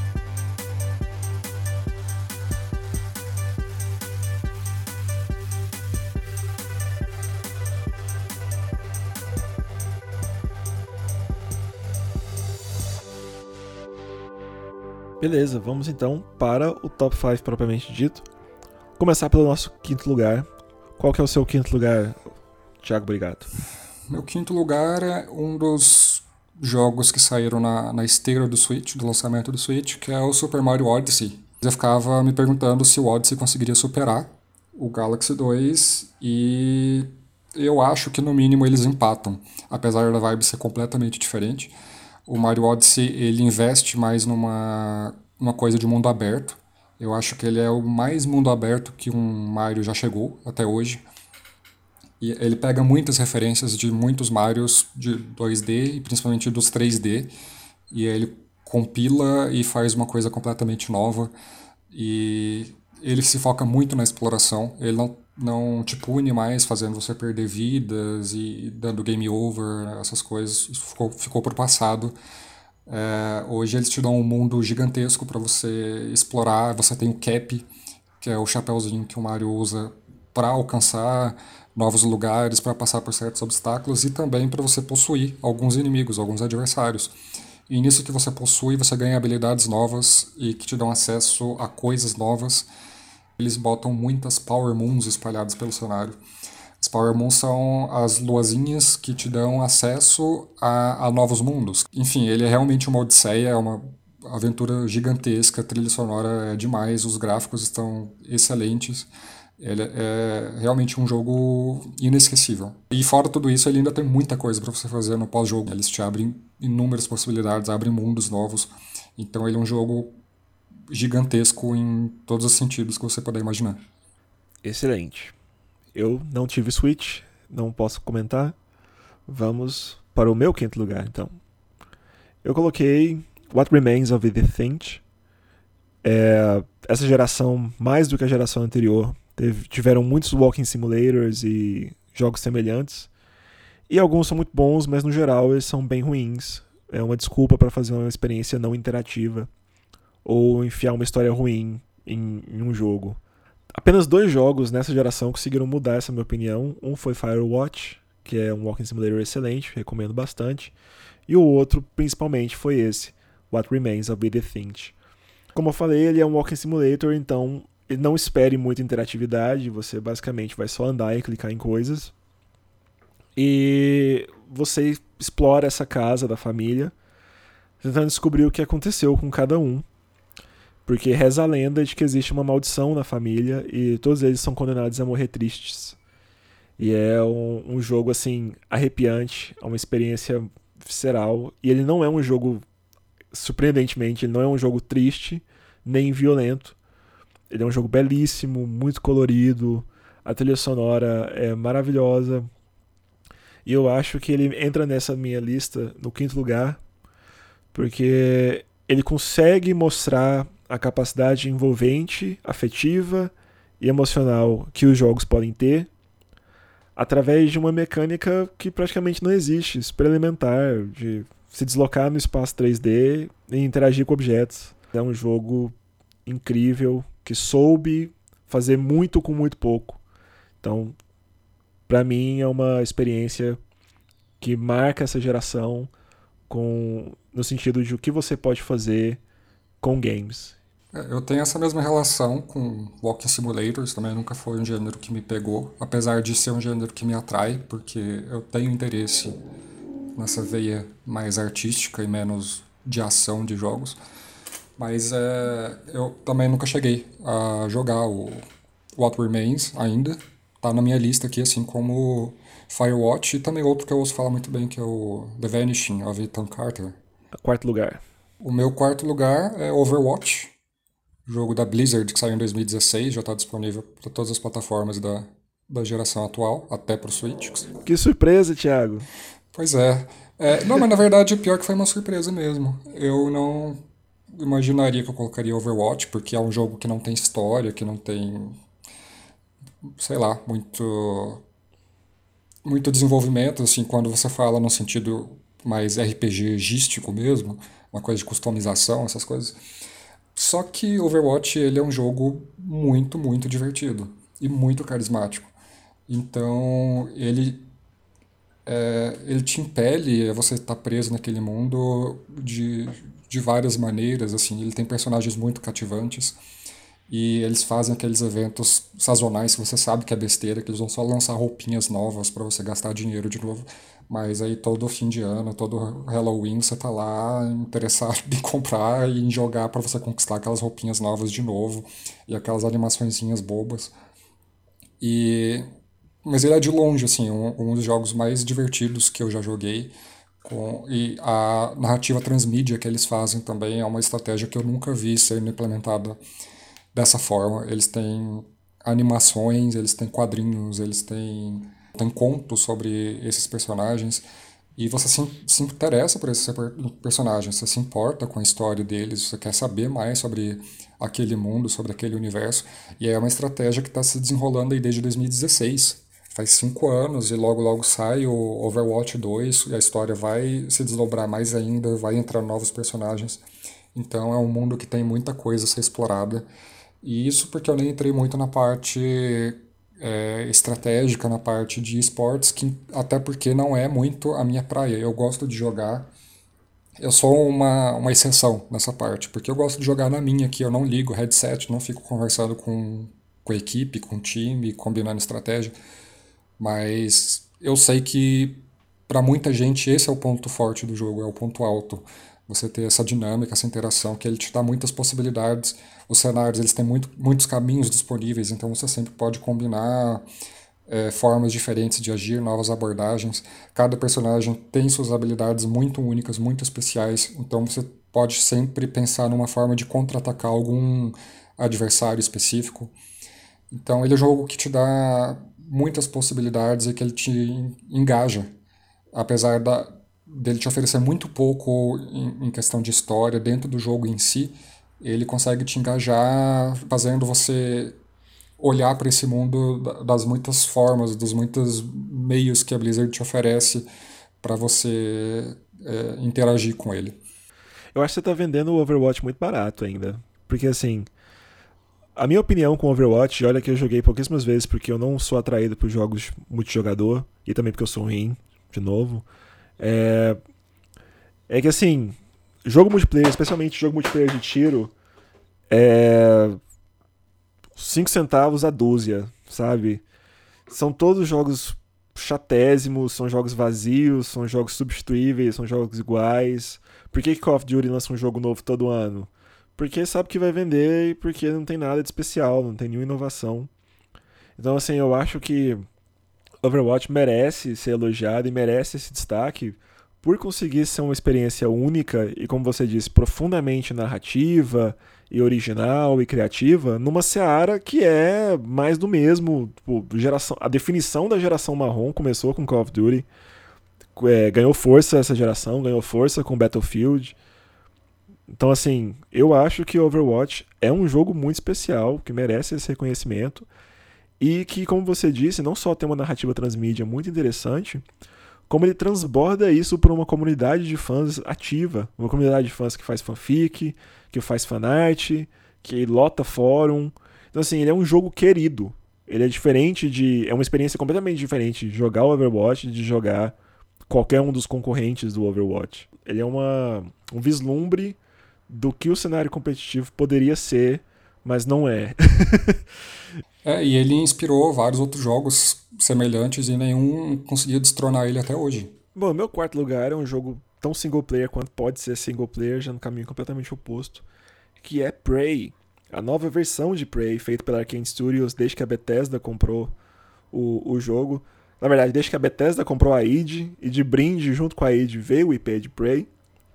Beleza, vamos então para o top 5 propriamente dito. Começar pelo nosso quinto lugar. Qual que é o seu quinto lugar, Thiago Brigato? Meu quinto lugar é um dos jogos que saíram na esteira do Switch, do lançamento do Switch, que é o Super Mario Odyssey. Eu ficava me perguntando se o Odyssey conseguiria superar o Galaxy 2 e eu acho que no mínimo eles empatam, apesar da vibe ser completamente diferente. O Mario Odyssey ele investe mais numa coisa de mundo aberto. Eu acho que ele é o mais mundo aberto que um Mario já chegou até hoje. E ele pega muitas referências de muitos Marios de 2D e principalmente dos 3D. E ele compila e faz uma coisa completamente nova. E ele se foca muito na exploração. Ele não te pune mais fazendo você perder vidas e dando game over, essas coisas. Isso ficou pro passado. Hoje eles te dão um mundo gigantesco para você explorar. Você tem o Cap, que é o chapéuzinho que o Mario usa para alcançar novos lugares para passar por certos obstáculos e também para você possuir alguns inimigos, alguns adversários. E nisso que você possui, você ganha habilidades novas e que te dão acesso a coisas novas. Eles botam muitas Power Moons espalhadas pelo cenário. As Power Moons são as luazinhas que te dão acesso a novos mundos. Enfim, ele é realmente uma odisseia, é uma aventura gigantesca, a trilha sonora é demais, os gráficos estão excelentes. Ele é realmente um jogo inesquecível. E fora tudo isso, ele ainda tem muita coisa para você fazer no pós-jogo. Eles te abrem inúmeras possibilidades, abrem mundos novos. Então ele é um jogo gigantesco em todos os sentidos que você puder imaginar. Excelente. Eu não tive Switch, não posso comentar. Vamos para o meu quinto lugar, então. Eu coloquei What Remains of Edith Finch. Essa geração, mais do que a geração anterior, tiveram muitos walking simulators e jogos semelhantes. E alguns são muito bons, mas no geral eles são bem ruins. É uma desculpa para fazer uma experiência não interativa ou enfiar uma história ruim em um jogo. Apenas 2 jogos nessa geração conseguiram mudar essa minha opinião. Um foi Firewatch, que é um walking simulator excelente, recomendo bastante. E o outro, principalmente, foi esse, What Remains of Edith Finch. Como eu falei, ele é um walking simulator, então ele não espere muita interatividade, você basicamente vai só andar e clicar em coisas. E você explora essa casa da família, tentando descobrir o que aconteceu com cada um. Porque reza a lenda de que existe uma maldição na família e todos eles são condenados a morrer tristes. E é um jogo, assim, arrepiante, é uma experiência visceral. E ele não é um jogo, surpreendentemente, ele não é um jogo triste, nem violento. Ele é um jogo belíssimo, muito colorido, a trilha sonora é maravilhosa. E eu acho que ele entra nessa minha lista no quinto lugar, porque ele consegue mostrar a capacidade envolvente, afetiva e emocional que os jogos podem ter através de uma mecânica que praticamente não existe, super elementar, de se deslocar no espaço 3D e interagir com objetos. É um jogo incrível que soube fazer muito com muito pouco. Então, para mim é uma experiência que marca essa geração no sentido de o que você pode fazer com games. Eu tenho essa mesma relação com Walking Simulators, também nunca foi um gênero que me pegou, apesar de ser um gênero que me atrai, porque eu tenho interesse nessa veia mais artística e menos de ação de jogos. Mas eu também nunca cheguei a jogar o What Remains ainda. Tá na minha lista aqui, assim como Firewatch e também outro que eu ouço falar muito bem, que é o The Vanishing of Ethan Carter. Quarto lugar. O meu quarto lugar é Overwatch, jogo da Blizzard que saiu em 2016, já está disponível para todas as plataformas da geração atual, até para o Switch. Que surpresa, Thiago! Pois é. Não, mas na verdade o pior que foi uma surpresa mesmo. Eu não imaginaria que eu colocaria Overwatch, porque é um jogo que não tem história, que não tem, sei lá, muito desenvolvimento, assim, quando você fala no sentido mais RPG-gístico mesmo, uma coisa de customização, essas coisas. Só que Overwatch, ele é um jogo muito, muito divertido e muito carismático. Então, ele te impele a você estar preso naquele mundo de várias maneiras, assim. Ele tem personagens muito cativantes e eles fazem aqueles eventos sazonais que você sabe que é besteira, que eles vão só lançar roupinhas novas para você gastar dinheiro de novo. Mas aí todo fim de ano, todo Halloween, você tá lá interessado em comprar e em jogar para você conquistar aquelas roupinhas novas de novo e aquelas animaçõezinhas bobas. Mas ele é de longe, assim, um dos jogos mais divertidos que eu já joguei. E a narrativa transmídia que eles fazem também é uma estratégia que eu nunca vi sendo implementada dessa forma. Eles têm animações, eles têm quadrinhos, eles têm contos sobre esses personagens. E você se interessa por esses personagens, você se importa com a história deles, você quer saber mais sobre aquele mundo, sobre aquele universo. E é uma estratégia que está se desenrolando aí desde 2016. Faz 5 anos e logo logo sai o Overwatch 2 e a história vai se desdobrar mais ainda, vai entrar novos personagens. Então é um mundo que tem muita coisa a ser explorada. E isso porque eu nem entrei muito na parte estratégica na parte de esportes, que até porque não é muito a minha praia. Eu gosto de jogar. Eu sou uma exceção nessa parte, porque eu gosto de jogar na minha aqui, eu não ligo o headset, não fico conversando com a equipe, com o time, combinando estratégia, mas eu sei que para muita gente esse é o ponto forte do jogo, é o ponto alto. Você ter essa dinâmica, essa interação, que ele te dá muitas possibilidades. Os cenários eles têm muitos caminhos disponíveis, então você sempre pode combinar formas diferentes de agir, novas abordagens. Cada personagem tem suas habilidades muito únicas, muito especiais, então você pode sempre pensar numa forma de contra-atacar algum adversário específico. Então ele é um jogo que te dá muitas possibilidades e que ele te engaja, apesar dele te oferecer muito pouco em questão de história dentro do jogo em si, ele consegue te engajar fazendo você olhar para esse mundo das muitas formas, dos muitos meios que a Blizzard te oferece para você interagir com ele. Eu acho que você tá vendendo o Overwatch muito barato ainda. Porque assim, a minha opinião com o Overwatch, olha que eu joguei pouquíssimas vezes porque eu não sou atraído por jogos multijogador e também porque eu sou ruim, de novo. É, é que assim, jogo multiplayer, especialmente jogo multiplayer de tiro, é 5 centavos a dúzia, sabe? São todos jogos chatésimos, são jogos vazios, são jogos substituíveis, são jogos iguais. Por que Call of Duty lança um jogo novo todo ano? Porque sabe que vai vender e porque não tem nada de especial, não tem nenhuma inovação. Então, assim, eu acho que Overwatch merece ser elogiado e merece esse destaque por conseguir ser uma experiência única e, como você disse, profundamente narrativa e original e criativa numa seara que é mais do mesmo. Tipo, a definição da geração marrom começou com Call of Duty, ganhou força essa geração, ganhou força com Battlefield. Então, assim, eu acho que Overwatch é um jogo muito especial, que merece esse reconhecimento e que, como você disse, não só tem uma narrativa transmídia muito interessante, como ele transborda isso para uma comunidade de fãs ativa, uma comunidade de fãs que faz fanfic, que faz fanart, que lota fórum. Então, assim, ele é um jogo querido. Ele é diferente de... É uma experiência completamente diferente de jogar o Overwatch de jogar qualquer um dos concorrentes do Overwatch. Ele é um vislumbre do que o cenário competitivo poderia ser, mas não é. E ele inspirou vários outros jogos semelhantes e nenhum conseguiu destronar ele até hoje. Bom, meu quarto lugar é um jogo tão single player quanto pode ser single player, já no caminho completamente oposto, que é Prey. A nova versão de Prey, feita pela Arkane Studios desde que a Bethesda comprou o jogo. Na verdade, desde que a Bethesda comprou a id, e de brinde junto com a id veio o IP de Prey.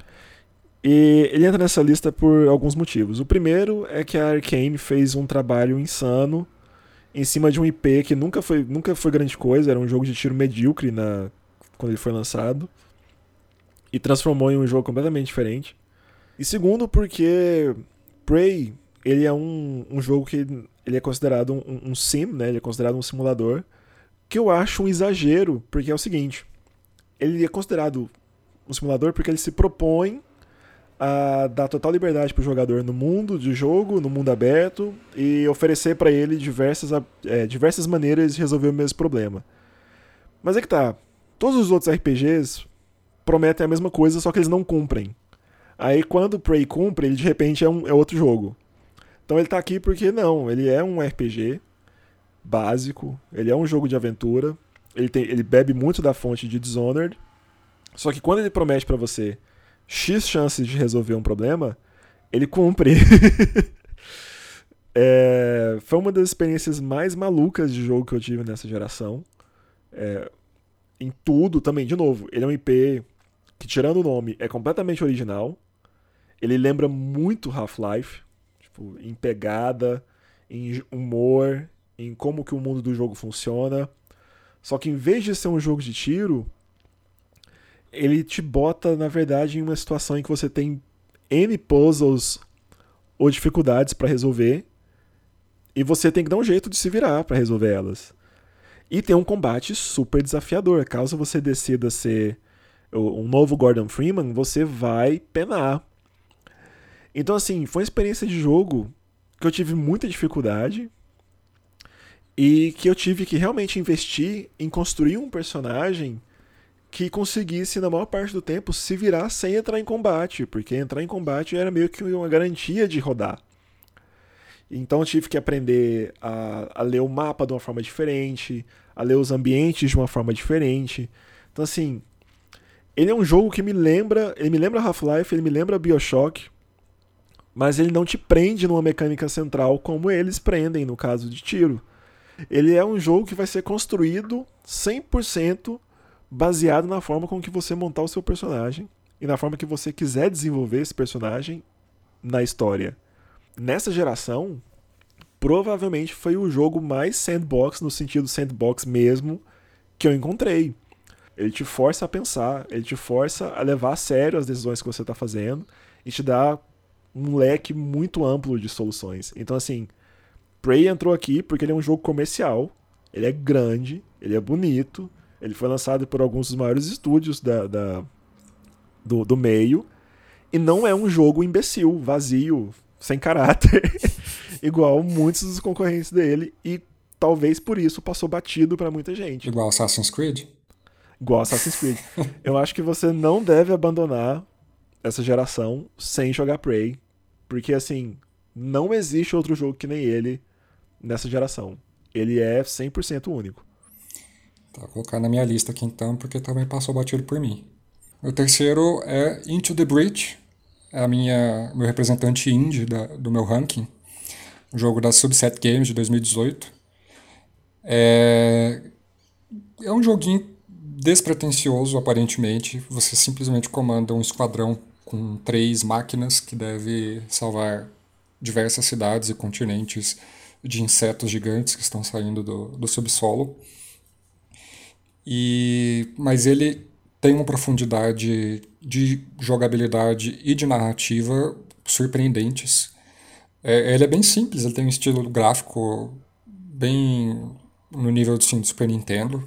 E ele entra nessa lista por alguns motivos. O primeiro é que a Arkane fez um trabalho insano em cima de um IP que nunca foi grande coisa, era um jogo de tiro medíocre quando ele foi lançado, e transformou em um jogo completamente diferente. E segundo, porque Prey, ele é um jogo que ele é considerado um sim, né? Ele é considerado um simulador, que eu acho um exagero, porque é o seguinte, ele é considerado um simulador porque ele se propõe a dar total liberdade para o jogador no mundo de jogo, no mundo aberto, e oferecer para ele diversas maneiras de resolver o mesmo problema. Mas é que tá, todos os outros RPGs prometem a mesma coisa, só que eles não cumprem. Aí quando o Prey cumpre, ele de repente é outro jogo. Então ele tá aqui porque não, ele é um RPG básico, ele é um jogo de aventura, ele bebe muito da fonte de Dishonored, só que quando ele promete para você X chances de resolver um problema, ele cumpre. Foi uma das experiências mais malucas de jogo que eu tive nessa geração. Em tudo também, de novo, ele é um IP que, tirando o nome, é completamente original. Ele lembra muito Half-Life, tipo, em pegada, em humor, em como que o mundo do jogo funciona. Só que em vez de ser um jogo de tiro, ele te bota, na verdade, em uma situação em que você tem N puzzles ou dificuldades para resolver e você tem que dar um jeito de se virar para resolver elas. E tem um combate super desafiador. Caso você decida ser um novo Gordon Freeman, você vai penar. Então, assim, foi uma experiência de jogo que eu tive muita dificuldade E que eu tive que realmente investir em construir um personagem que conseguisse, na maior parte do tempo, se virar sem entrar em combate, porque entrar em combate era meio que uma garantia de rodar. Então eu tive que aprender a ler o mapa de uma forma diferente, a ler os ambientes de uma forma diferente. Então, assim, ele é um jogo que ele me lembra Half-Life, ele me lembra BioShock, mas ele não te prende numa mecânica central como eles prendem no caso de tiro. Ele é um jogo que vai ser construído 100% baseado na forma com que você montar o seu personagem e na forma que você quiser desenvolver esse personagem na história. Nessa geração, provavelmente foi o jogo mais sandbox, no sentido sandbox mesmo, que eu encontrei. Ele te força a pensar, ele te força a levar a sério as decisões que você está fazendo e te dá um leque muito amplo de soluções. Então, assim, Prey entrou aqui porque ele é um jogo comercial, ele é grande, ele é bonito, ele foi lançado por alguns dos maiores estúdios do meio, e não é um jogo imbecil, vazio, sem caráter, igual muitos dos concorrentes dele, e talvez por isso passou batido pra muita gente. Igual Assassin's Creed? Igual Assassin's Creed. Eu acho que você não deve abandonar essa geração sem jogar Prey, porque assim, não existe outro jogo que nem ele nessa geração. Ele é 100% único. Tá, vou colocar na minha lista aqui então, porque também passou batido por mim. O terceiro é Into the Breach, é meu representante indie do meu ranking, um jogo da Subset Games de 2018. É um joguinho despretensioso, aparentemente. Você simplesmente comanda um esquadrão com 3 máquinas que deve salvar diversas cidades e continentes de insetos gigantes que estão saindo do subsolo. Mas ele tem uma profundidade de jogabilidade e de narrativa surpreendentes. Ele é bem simples, ele tem um estilo gráfico bem no nível do Super Nintendo.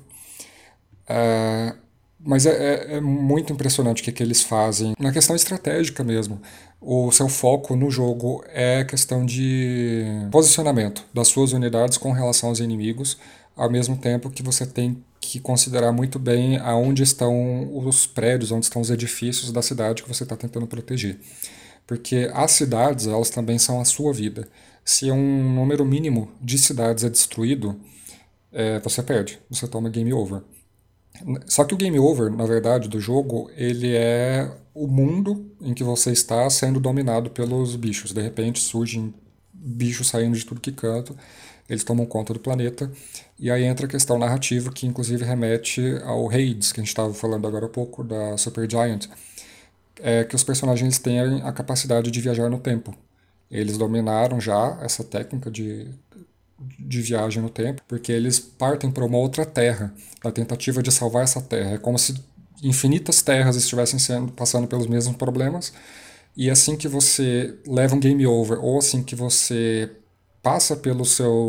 Mas é muito impressionante o que eles fazem. Na questão estratégica mesmo, o seu foco no jogo é a questão de posicionamento das suas unidades com relação aos inimigos, ao mesmo tempo que você tem que considerar muito bem aonde estão os prédios, onde estão os edifícios da cidade que você está tentando proteger. Porque as cidades, elas também são a sua vida. Se um número mínimo de cidades é destruído, você perde, você toma game over. Só que o game over, na verdade, do jogo, ele é o mundo em que você está sendo dominado pelos bichos. De repente surgem bichos saindo de tudo que canto, eles tomam conta do planeta, e aí entra a questão narrativa, que inclusive remete ao Hades, que a gente estava falando agora há pouco, da Supergiant, que os personagens têm a capacidade de viajar no tempo. Eles dominaram já essa técnica de viagem no tempo, porque eles partem para uma outra terra, na tentativa de salvar essa terra. É como se infinitas terras estivessem passando pelos mesmos problemas, e assim que você leva um game over, ou assim que você passa pelos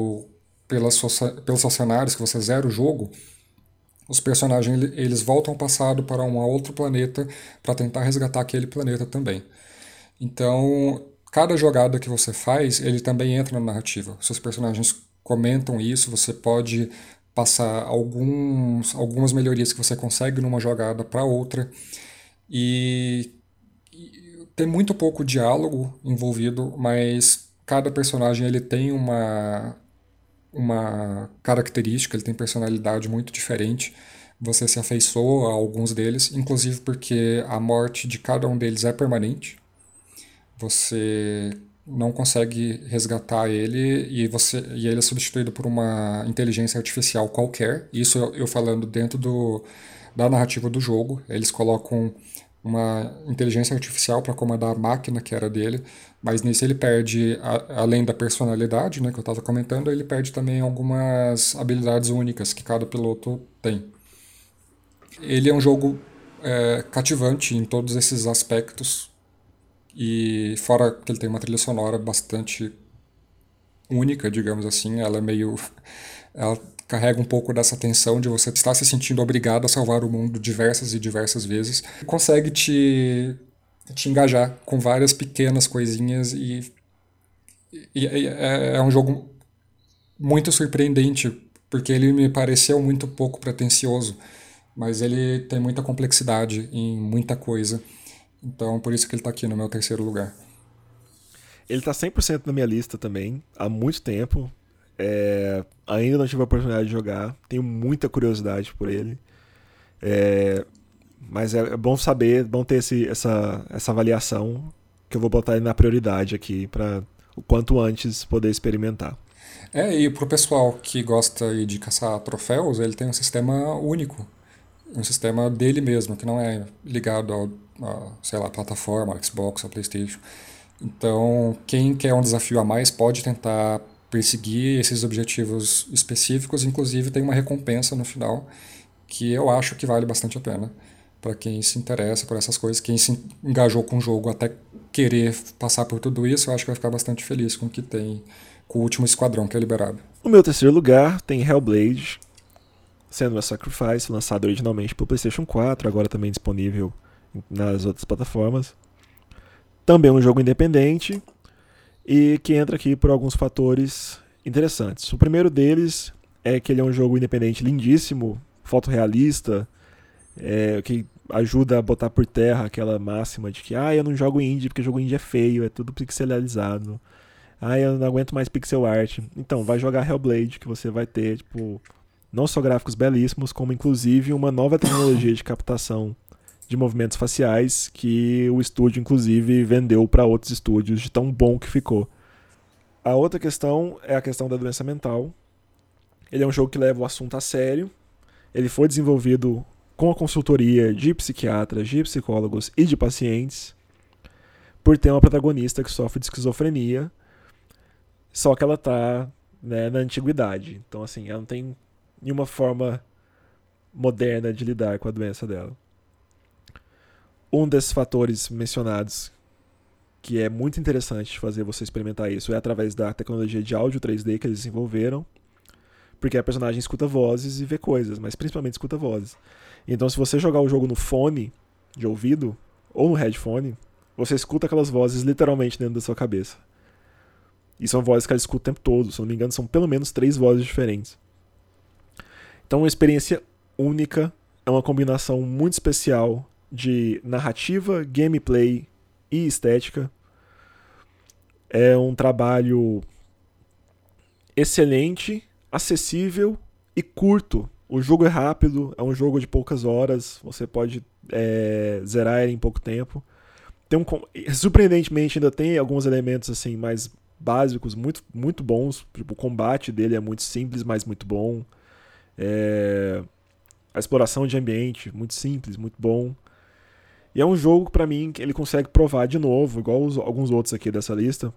seus cenários, que você zera o jogo, os personagens eles voltam ao passado para um outro planeta para tentar resgatar aquele planeta também. Então, cada jogada que você faz, ele também entra na narrativa. Seus personagens comentam isso, você pode passar algumas melhorias que você consegue numa jogada para outra. E tem muito pouco diálogo envolvido, mas cada personagem ele tem uma característica, ele tem personalidade muito diferente. Você se afeiçoa a alguns deles, inclusive porque a morte de cada um deles é permanente. Você não consegue resgatar ele e ele é substituído por uma inteligência artificial qualquer. Isso eu falando dentro da narrativa do jogo. Eles colocam uma inteligência artificial para comandar a máquina que era dele, mas nisso ele perde, além da personalidade, né, que eu estava comentando, ele perde também algumas habilidades únicas que cada piloto tem. Ele é um jogo cativante em todos esses aspectos, e fora que ele tem uma trilha sonora bastante única, digamos assim, ela carrega um pouco dessa tensão de você estar se sentindo obrigado a salvar o mundo diversas e diversas vezes. Consegue te engajar com várias pequenas coisinhas e é um jogo muito surpreendente, porque ele me pareceu muito pouco pretensioso, mas ele tem muita complexidade em muita coisa. Então, por isso que ele está aqui no meu terceiro lugar. Ele tá 100% na minha lista também, há muito tempo. Ainda não tive a oportunidade de jogar, tenho muita curiosidade por ele. Mas é bom saber, bom ter essa avaliação, que eu vou botar ele na prioridade aqui, para o quanto antes poder experimentar. E pro pessoal que gosta aí de caçar troféus, ele tem um sistema único, um sistema dele mesmo, que não é ligado sei lá, plataforma, Xbox ou PlayStation. Então, quem quer um desafio a mais pode tentar perseguir esses objetivos específicos, inclusive tem uma recompensa no final que eu acho que vale bastante a pena para quem se interessa por essas coisas, quem se engajou com o jogo até querer passar por tudo isso, eu acho que vai ficar bastante feliz com o que tem, com o último esquadrão que é liberado. No meu terceiro lugar tem Hellblade, sendo a Sacrifice, lançado originalmente para o PlayStation 4, agora também disponível nas outras plataformas. Também um jogo independente e que entra aqui por alguns fatores interessantes. O primeiro deles é que ele é um jogo independente lindíssimo, fotorrealista, que ajuda a botar por terra aquela máxima de que eu não jogo indie porque jogo indie é feio, é tudo pixelizado. Eu não aguento mais pixel art. Então, vai jogar Hellblade, que você vai ter, tipo, não só gráficos belíssimos, como inclusive uma nova tecnologia de captação de movimentos faciais que o estúdio, inclusive, vendeu para outros estúdios de tão bom que ficou. A outra questão é a questão da doença mental. Ele é um jogo que leva o assunto a sério. Ele foi desenvolvido com a consultoria de psiquiatras, de psicólogos e de pacientes, por ter uma protagonista que sofre de esquizofrenia, só que ela tá, né, na antiguidade. Então, assim, ela não tem nenhuma forma moderna de lidar com a doença dela. Um desses fatores mencionados, que é muito interessante fazer você experimentar isso, é através da tecnologia de áudio 3D que eles desenvolveram, porque a personagem escuta vozes e vê coisas, mas principalmente escuta vozes. Então, se você jogar o jogo no fone de ouvido ou no headphone, você escuta aquelas vozes literalmente dentro da sua cabeça. E são vozes que ela escuta o tempo todo, se não me engano, são pelo menos 3 vozes diferentes. Então, é uma experiência única, é uma combinação muito especial de narrativa, gameplay e estética. É um trabalho excelente, acessível e curto. O jogo é rápido, é um jogo de poucas horas, você pode zerar ele em pouco tempo. Surpreendentemente, ainda tem alguns elementos assim mais básicos, muito, muito bons. Tipo, o combate dele é muito simples, mas muito bom. A exploração de ambiente, muito simples, muito bom. E é um jogo, pra mim, que ele consegue provar de novo, igual alguns outros aqui dessa lista,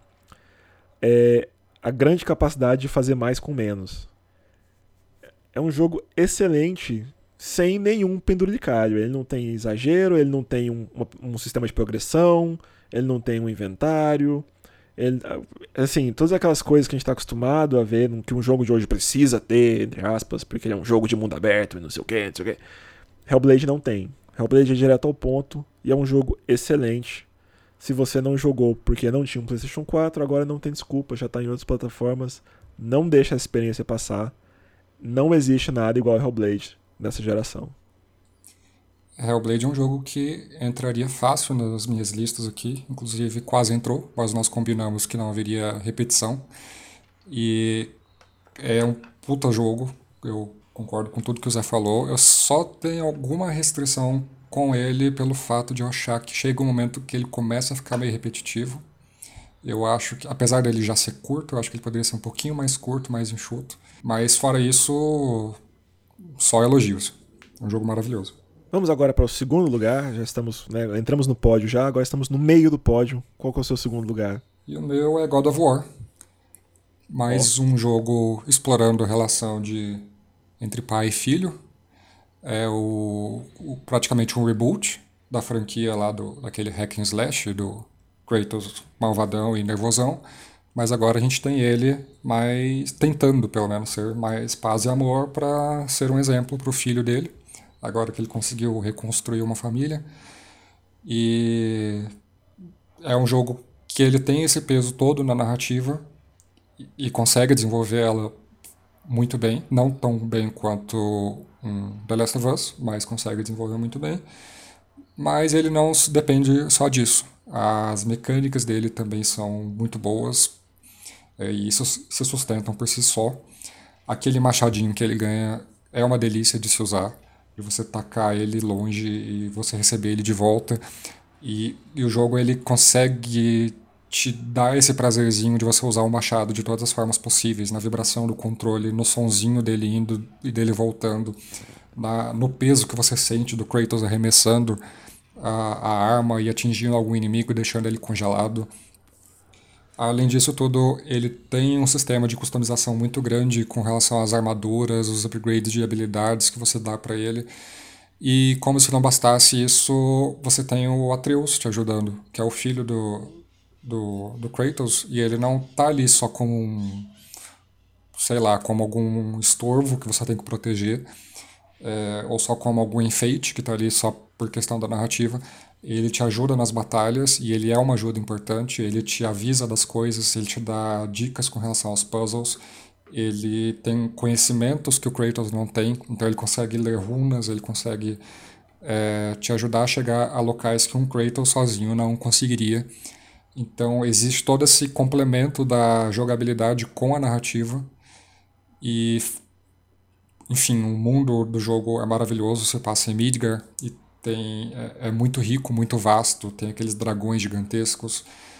a grande capacidade de fazer mais com menos. É um jogo excelente, sem nenhum penduricalho. Ele não tem exagero, ele não tem um sistema de progressão, ele não tem um inventário. Ele, assim, todas aquelas coisas que a gente está acostumado a ver que um jogo de hoje precisa ter, entre aspas, porque ele é um jogo de mundo aberto e não sei o que, não sei o que. Hellblade não tem. Hellblade é direto ao ponto e é um jogo excelente. Se você não jogou porque não tinha um PlayStation 4, agora não tem desculpa, já está em outras plataformas. Não deixa a experiência passar. Não existe nada igual a Hellblade nessa geração. Hellblade é um jogo que entraria fácil nas minhas listas aqui, inclusive quase entrou, mas nós combinamos que não haveria repetição. E é um puta jogo, eu concordo com tudo que o Zé falou. Eu só tenho alguma restrição com ele pelo fato de eu achar que chega um momento que ele começa a ficar meio repetitivo. Eu acho que, apesar dele já ser curto, eu acho que ele poderia ser um pouquinho mais curto, mais enxuto. Mas fora isso, só elogios. É um jogo maravilhoso. Vamos agora para o segundo lugar. Já estamos, né, entramos no pódio já, agora estamos no meio do pódio. Qual que é o seu segundo lugar? E o meu é God of War. Mais um jogo explorando a relação entre pai e filho. É praticamente um reboot da franquia lá daquele hack and slash do Kratos malvadão e nervosão. Mas agora a gente tem ele mais tentando, pelo menos, ser mais paz e amor para ser um exemplo para o filho dele. Agora que ele conseguiu reconstruir uma família. E é um jogo que ele tem esse peso todo na narrativa e consegue desenvolver ela muito bem, não tão bem quanto The Last of Us, mas consegue desenvolver muito bem. Mas ele não depende só disso. As mecânicas dele também são muito boas, e isso se sustentam por si só. Aquele machadinho que ele ganha é uma delícia de se usar, e você tacar ele longe e você receber ele de volta. E o jogo ele consegue te dar esse prazerzinho de você usar o machado de todas as formas possíveis, na vibração do controle, no sonzinho dele indo e dele voltando, no peso que você sente do Kratos arremessando a arma e atingindo algum inimigo e deixando ele congelado. Além disso tudo, ele tem um sistema de customização muito grande com relação às armaduras, os upgrades de habilidades que você dá para ele. E como se não bastasse isso, você tem o Atreus te ajudando, que é o filho do Kratos, e ele não tá ali só como sei lá, como algum estorvo que você tem que proteger, ou só como algum enfeite que tá ali só por questão da narrativa. Ele te ajuda nas batalhas e ele é uma ajuda importante, ele te avisa das coisas, ele te dá dicas com relação aos puzzles, ele tem conhecimentos que o Kratos não tem, então ele consegue ler runas, ele consegue te ajudar a chegar a locais que um Kratos sozinho não conseguiria. Então existe todo esse complemento da jogabilidade com a narrativa e, enfim, o mundo do jogo é maravilhoso. Você passa em Midgar e é muito rico, muito vasto, tem aqueles dragões gigantescos.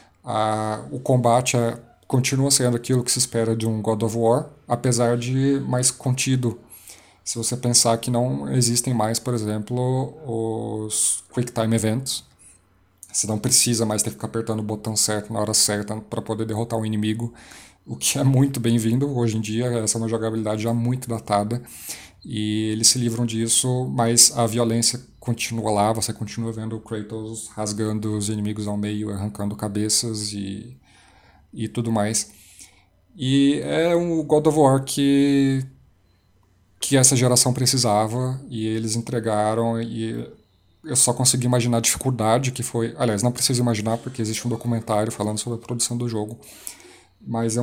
O combate continua sendo aquilo que se espera de um God of War, apesar de mais contido. Se você pensar que não existem mais, por exemplo, os Quick Time Events. Você não precisa mais ter que ficar apertando o botão certo na hora certa para poder derrotar um inimigo, o que é muito bem-vindo hoje em dia. Essa é uma jogabilidade já muito datada e eles se livram disso, mas a violência continua lá, você continua vendo o Kratos rasgando os inimigos ao meio, arrancando cabeças e tudo mais. E é um God of War que essa geração precisava e eles entregaram, e eu só consegui imaginar a dificuldade que foi. Aliás, não preciso imaginar porque existe um documentário falando sobre a produção do jogo, mas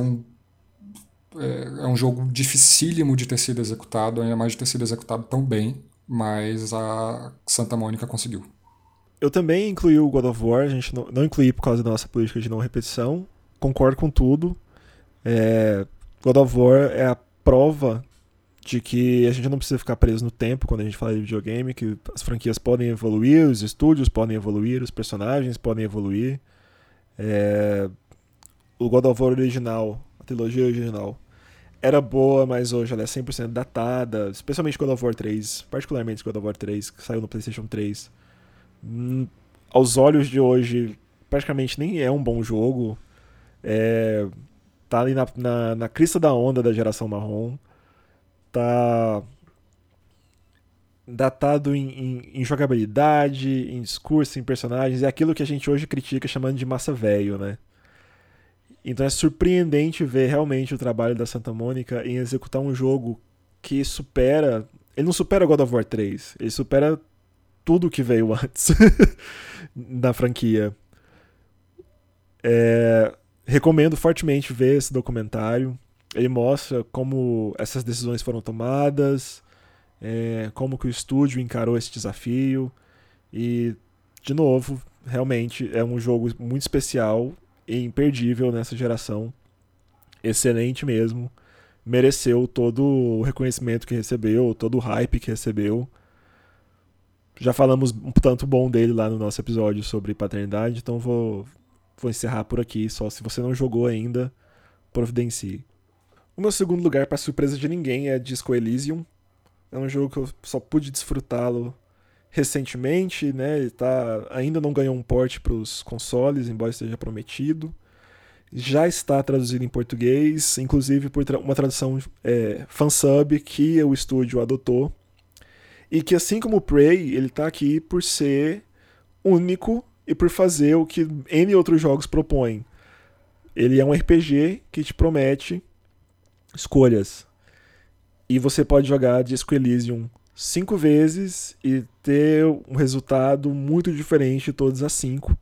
é um jogo dificílimo de ter sido executado, ainda mais de ter sido executado tão bem, mas a Santa Mônica conseguiu. Eu também incluí o God of War, a gente não incluí por causa da nossa política de não repetição. Concordo com tudo. God of War é a prova de que a gente não precisa ficar preso no tempo quando a gente fala de videogame, que as franquias podem evoluir, os estúdios podem evoluir, os personagens podem evoluir. O God of War original, a trilogia original, era boa, mas hoje ela é 100% datada, especialmente God of War 3, particularmente God of War 3, que saiu no PlayStation 3. Aos olhos de hoje, praticamente nem é um bom jogo. Tá ali na crista da onda da geração marrom. Tá datado em jogabilidade, em discurso, em personagens. É aquilo que a gente hoje critica chamando de massa velho, né? Então é surpreendente ver realmente o trabalho da Santa Mônica em executar um jogo que supera... Ele não supera God of War 3, ele supera tudo que veio antes da franquia. Recomendo fortemente ver esse documentário. Ele mostra como essas decisões foram tomadas, como que o estúdio encarou esse desafio. E, de novo, realmente é um jogo muito especial e imperdível nessa geração. Excelente mesmo. Mereceu todo o reconhecimento que recebeu, todo o hype que recebeu. Já falamos um tanto bom dele lá no nosso episódio sobre paternidade, então vou encerrar por aqui. Só se você não jogou ainda, providencie. O meu segundo lugar, para surpresa de ninguém, é Disco Elysium. É um jogo que eu só pude desfrutá-lo recentemente, né? Ele ainda não ganhou um port para os consoles, embora esteja prometido. Já está traduzido em português, inclusive por uma tradução fansub que o estúdio adotou. E que, assim como o Prey, ele está aqui por ser único e por fazer o que N outros jogos propõem. Ele é um RPG que te promete escolhas. E você pode jogar Disco Elysium 5 vezes e ter um resultado muito diferente de todas as 5.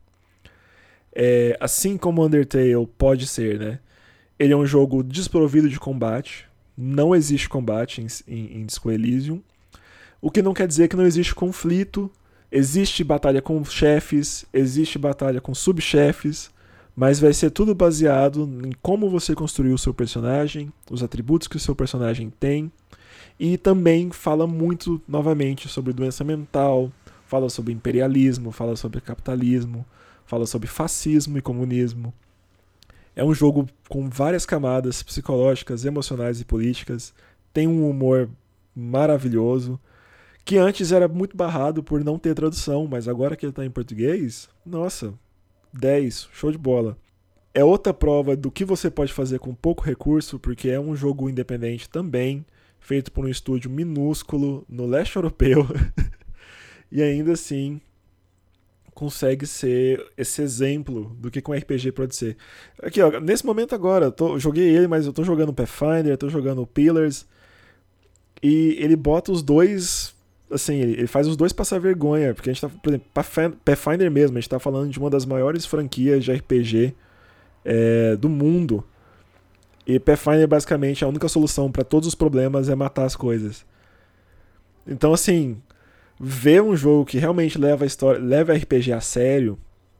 Assim como Undertale pode ser, né? Ele é um jogo desprovido de combate. Não existe combate em Disco Elysium. O que não quer dizer que não existe conflito. Existe batalha com chefes, existe batalha com subchefes, mas vai ser tudo baseado em como você construiu o seu personagem, os atributos que o seu personagem tem. E também fala muito, novamente, sobre doença mental, fala sobre imperialismo, fala sobre capitalismo, fala sobre fascismo e comunismo. É um jogo com várias camadas psicológicas, emocionais e políticas. Tem um humor maravilhoso, que antes era muito barrado por não ter tradução, mas agora que ele está em português, nossa, 10, show de bola. É outra prova do que você pode fazer com pouco recurso, porque é um jogo independente também, feito por um estúdio minúsculo no leste europeu, e ainda assim consegue ser esse exemplo do que um RPG pode ser. Aqui, ó, nesse momento agora, eu joguei ele, mas eu tô jogando Pathfinder, tô jogando Pillars, e ele bota os dois, assim, ele faz os dois passar vergonha, porque a gente tá, por exemplo, Pathfinder mesmo, a gente tá falando de uma das maiores franquias de RPG do mundo, e Pathfinder basicamente a única solução para todos os problemas é matar as coisas. Então, assim, ver um jogo que realmente leva a história, leva RPG a sério,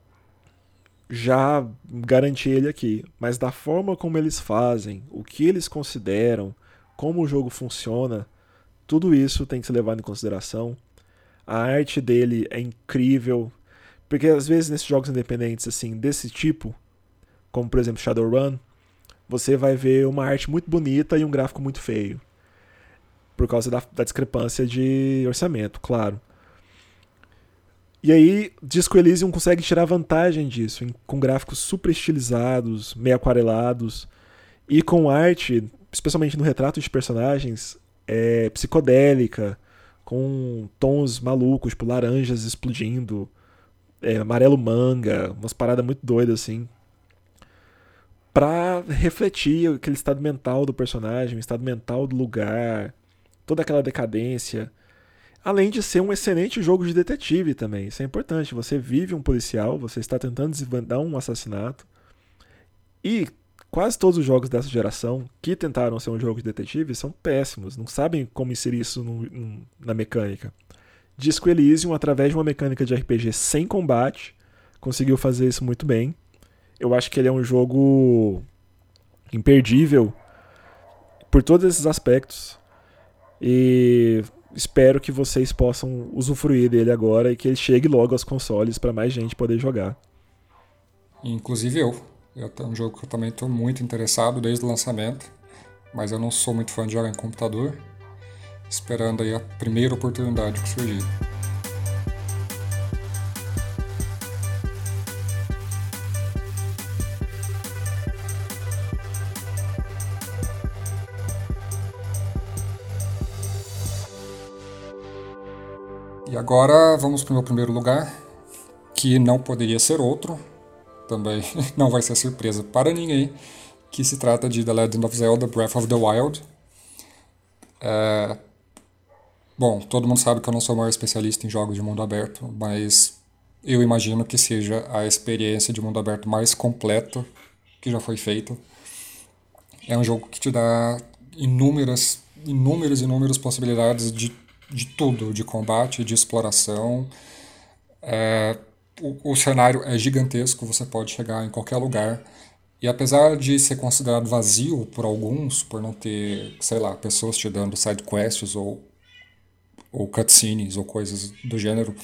já garanti ele aqui. Mas da forma como eles fazem, o que eles consideram, como o jogo funciona, tudo isso tem que ser levado em consideração. A arte dele é incrível, porque às vezes nesses jogos independentes assim desse tipo, como por exemplo Shadowrun, você vai ver uma arte muito bonita e um gráfico muito feio, por causa da discrepância de orçamento, claro. E aí, Disco Elysium consegue tirar vantagem disso, com gráficos super estilizados, meio aquarelados, e com arte, especialmente no retrato de personagens, psicodélica, com tons malucos, tipo laranjas explodindo, amarelo manga, umas paradas muito doidas assim, pra refletir aquele estado mental do personagem, o estado mental do lugar, toda aquela decadência. Além de ser um excelente jogo de detetive também, isso é importante. Você vive um policial, você está tentando desvendar um assassinato. E quase todos os jogos dessa geração que tentaram ser um jogo de detetive são péssimos, não sabem como inserir isso na mecânica. Disco Elysium, através de uma mecânica de RPG sem combate, conseguiu fazer isso muito bem. Eu acho que ele é um jogo imperdível por todos esses aspectos. E espero que vocês possam usufruir dele agora e que ele chegue logo aos consoles para mais gente poder jogar. Inclusive eu. É um jogo que eu também estou muito interessado desde o lançamento, mas eu não sou muito fã de jogar em computador, esperando aí a primeira oportunidade que surgir. E agora vamos para o meu primeiro lugar, que não poderia ser outro, também não vai ser surpresa para ninguém, que se trata de The Legend of Zelda Breath of the Wild. Bom, todo mundo sabe que eu não sou o maior especialista em jogos de mundo aberto, mas eu imagino que seja a experiência de mundo aberto mais completa que já foi feita. É um jogo que te dá inúmeras possibilidades de tudo, de combate, de exploração. O cenário é gigantesco, você pode chegar em qualquer lugar. E apesar de ser considerado vazio por alguns, por não ter, sei lá, pessoas te dando side quests ou cutscenes ou coisas do gênero,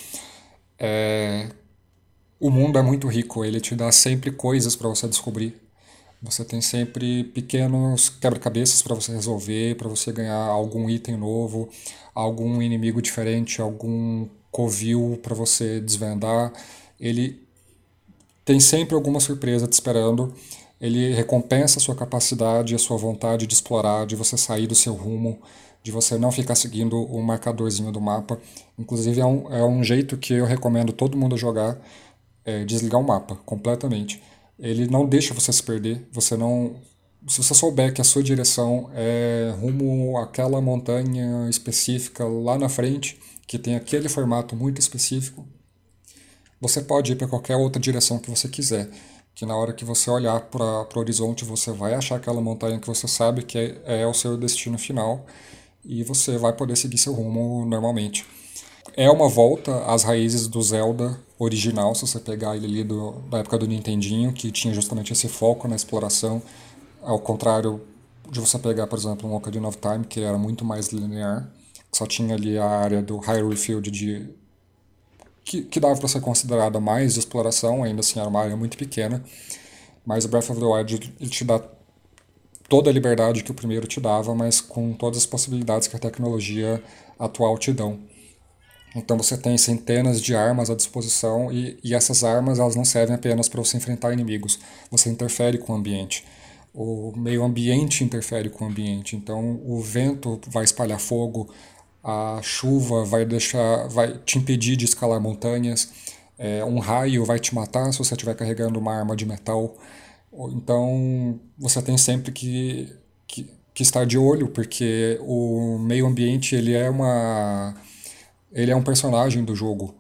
o mundo é muito rico, ele te dá sempre coisas para você descobrir. Você tem sempre pequenos quebra-cabeças para você resolver, para você ganhar algum item novo, algum inimigo diferente, algum covil para você desvendar. Ele tem sempre alguma surpresa te esperando. Ele recompensa a sua capacidade, a sua vontade de explorar, de você sair do seu rumo, de você não ficar seguindo o marcadorzinho do mapa. Inclusive é um jeito que eu recomendo todo mundo jogar, desligar o mapa completamente. Ele não deixa você se perder, você não... Se você souber que a sua direção é rumo àquela montanha específica lá na frente, que tem aquele formato muito específico, você pode ir para qualquer outra direção que você quiser, que na hora que você olhar para o horizonte você vai achar aquela montanha que você sabe que é o seu destino final e você vai poder seguir seu rumo normalmente. É uma volta às raízes do Zelda original, se você pegar ele ali da época do Nintendinho, que tinha justamente esse foco na exploração, ao contrário de você pegar, por exemplo, um Ocarina of Time, que era muito mais linear, que só tinha ali a área do Hyrule Field que dava para ser considerada mais de exploração, ainda assim era uma área muito pequena, mas o Breath of the Wild ele te dá toda a liberdade que o primeiro te dava, mas com todas as possibilidades que a tecnologia atual te dão. Então você tem centenas de armas à disposição e essas armas elas não servem apenas para você enfrentar inimigos, você interfere com o ambiente. O meio ambiente interfere com o ambiente, então o vento vai espalhar fogo, a chuva vai te impedir de escalar montanhas, um raio vai te matar se você estiver carregando uma arma de metal. Então você tem sempre que estar de olho, porque o meio ambiente ele é um personagem do jogo.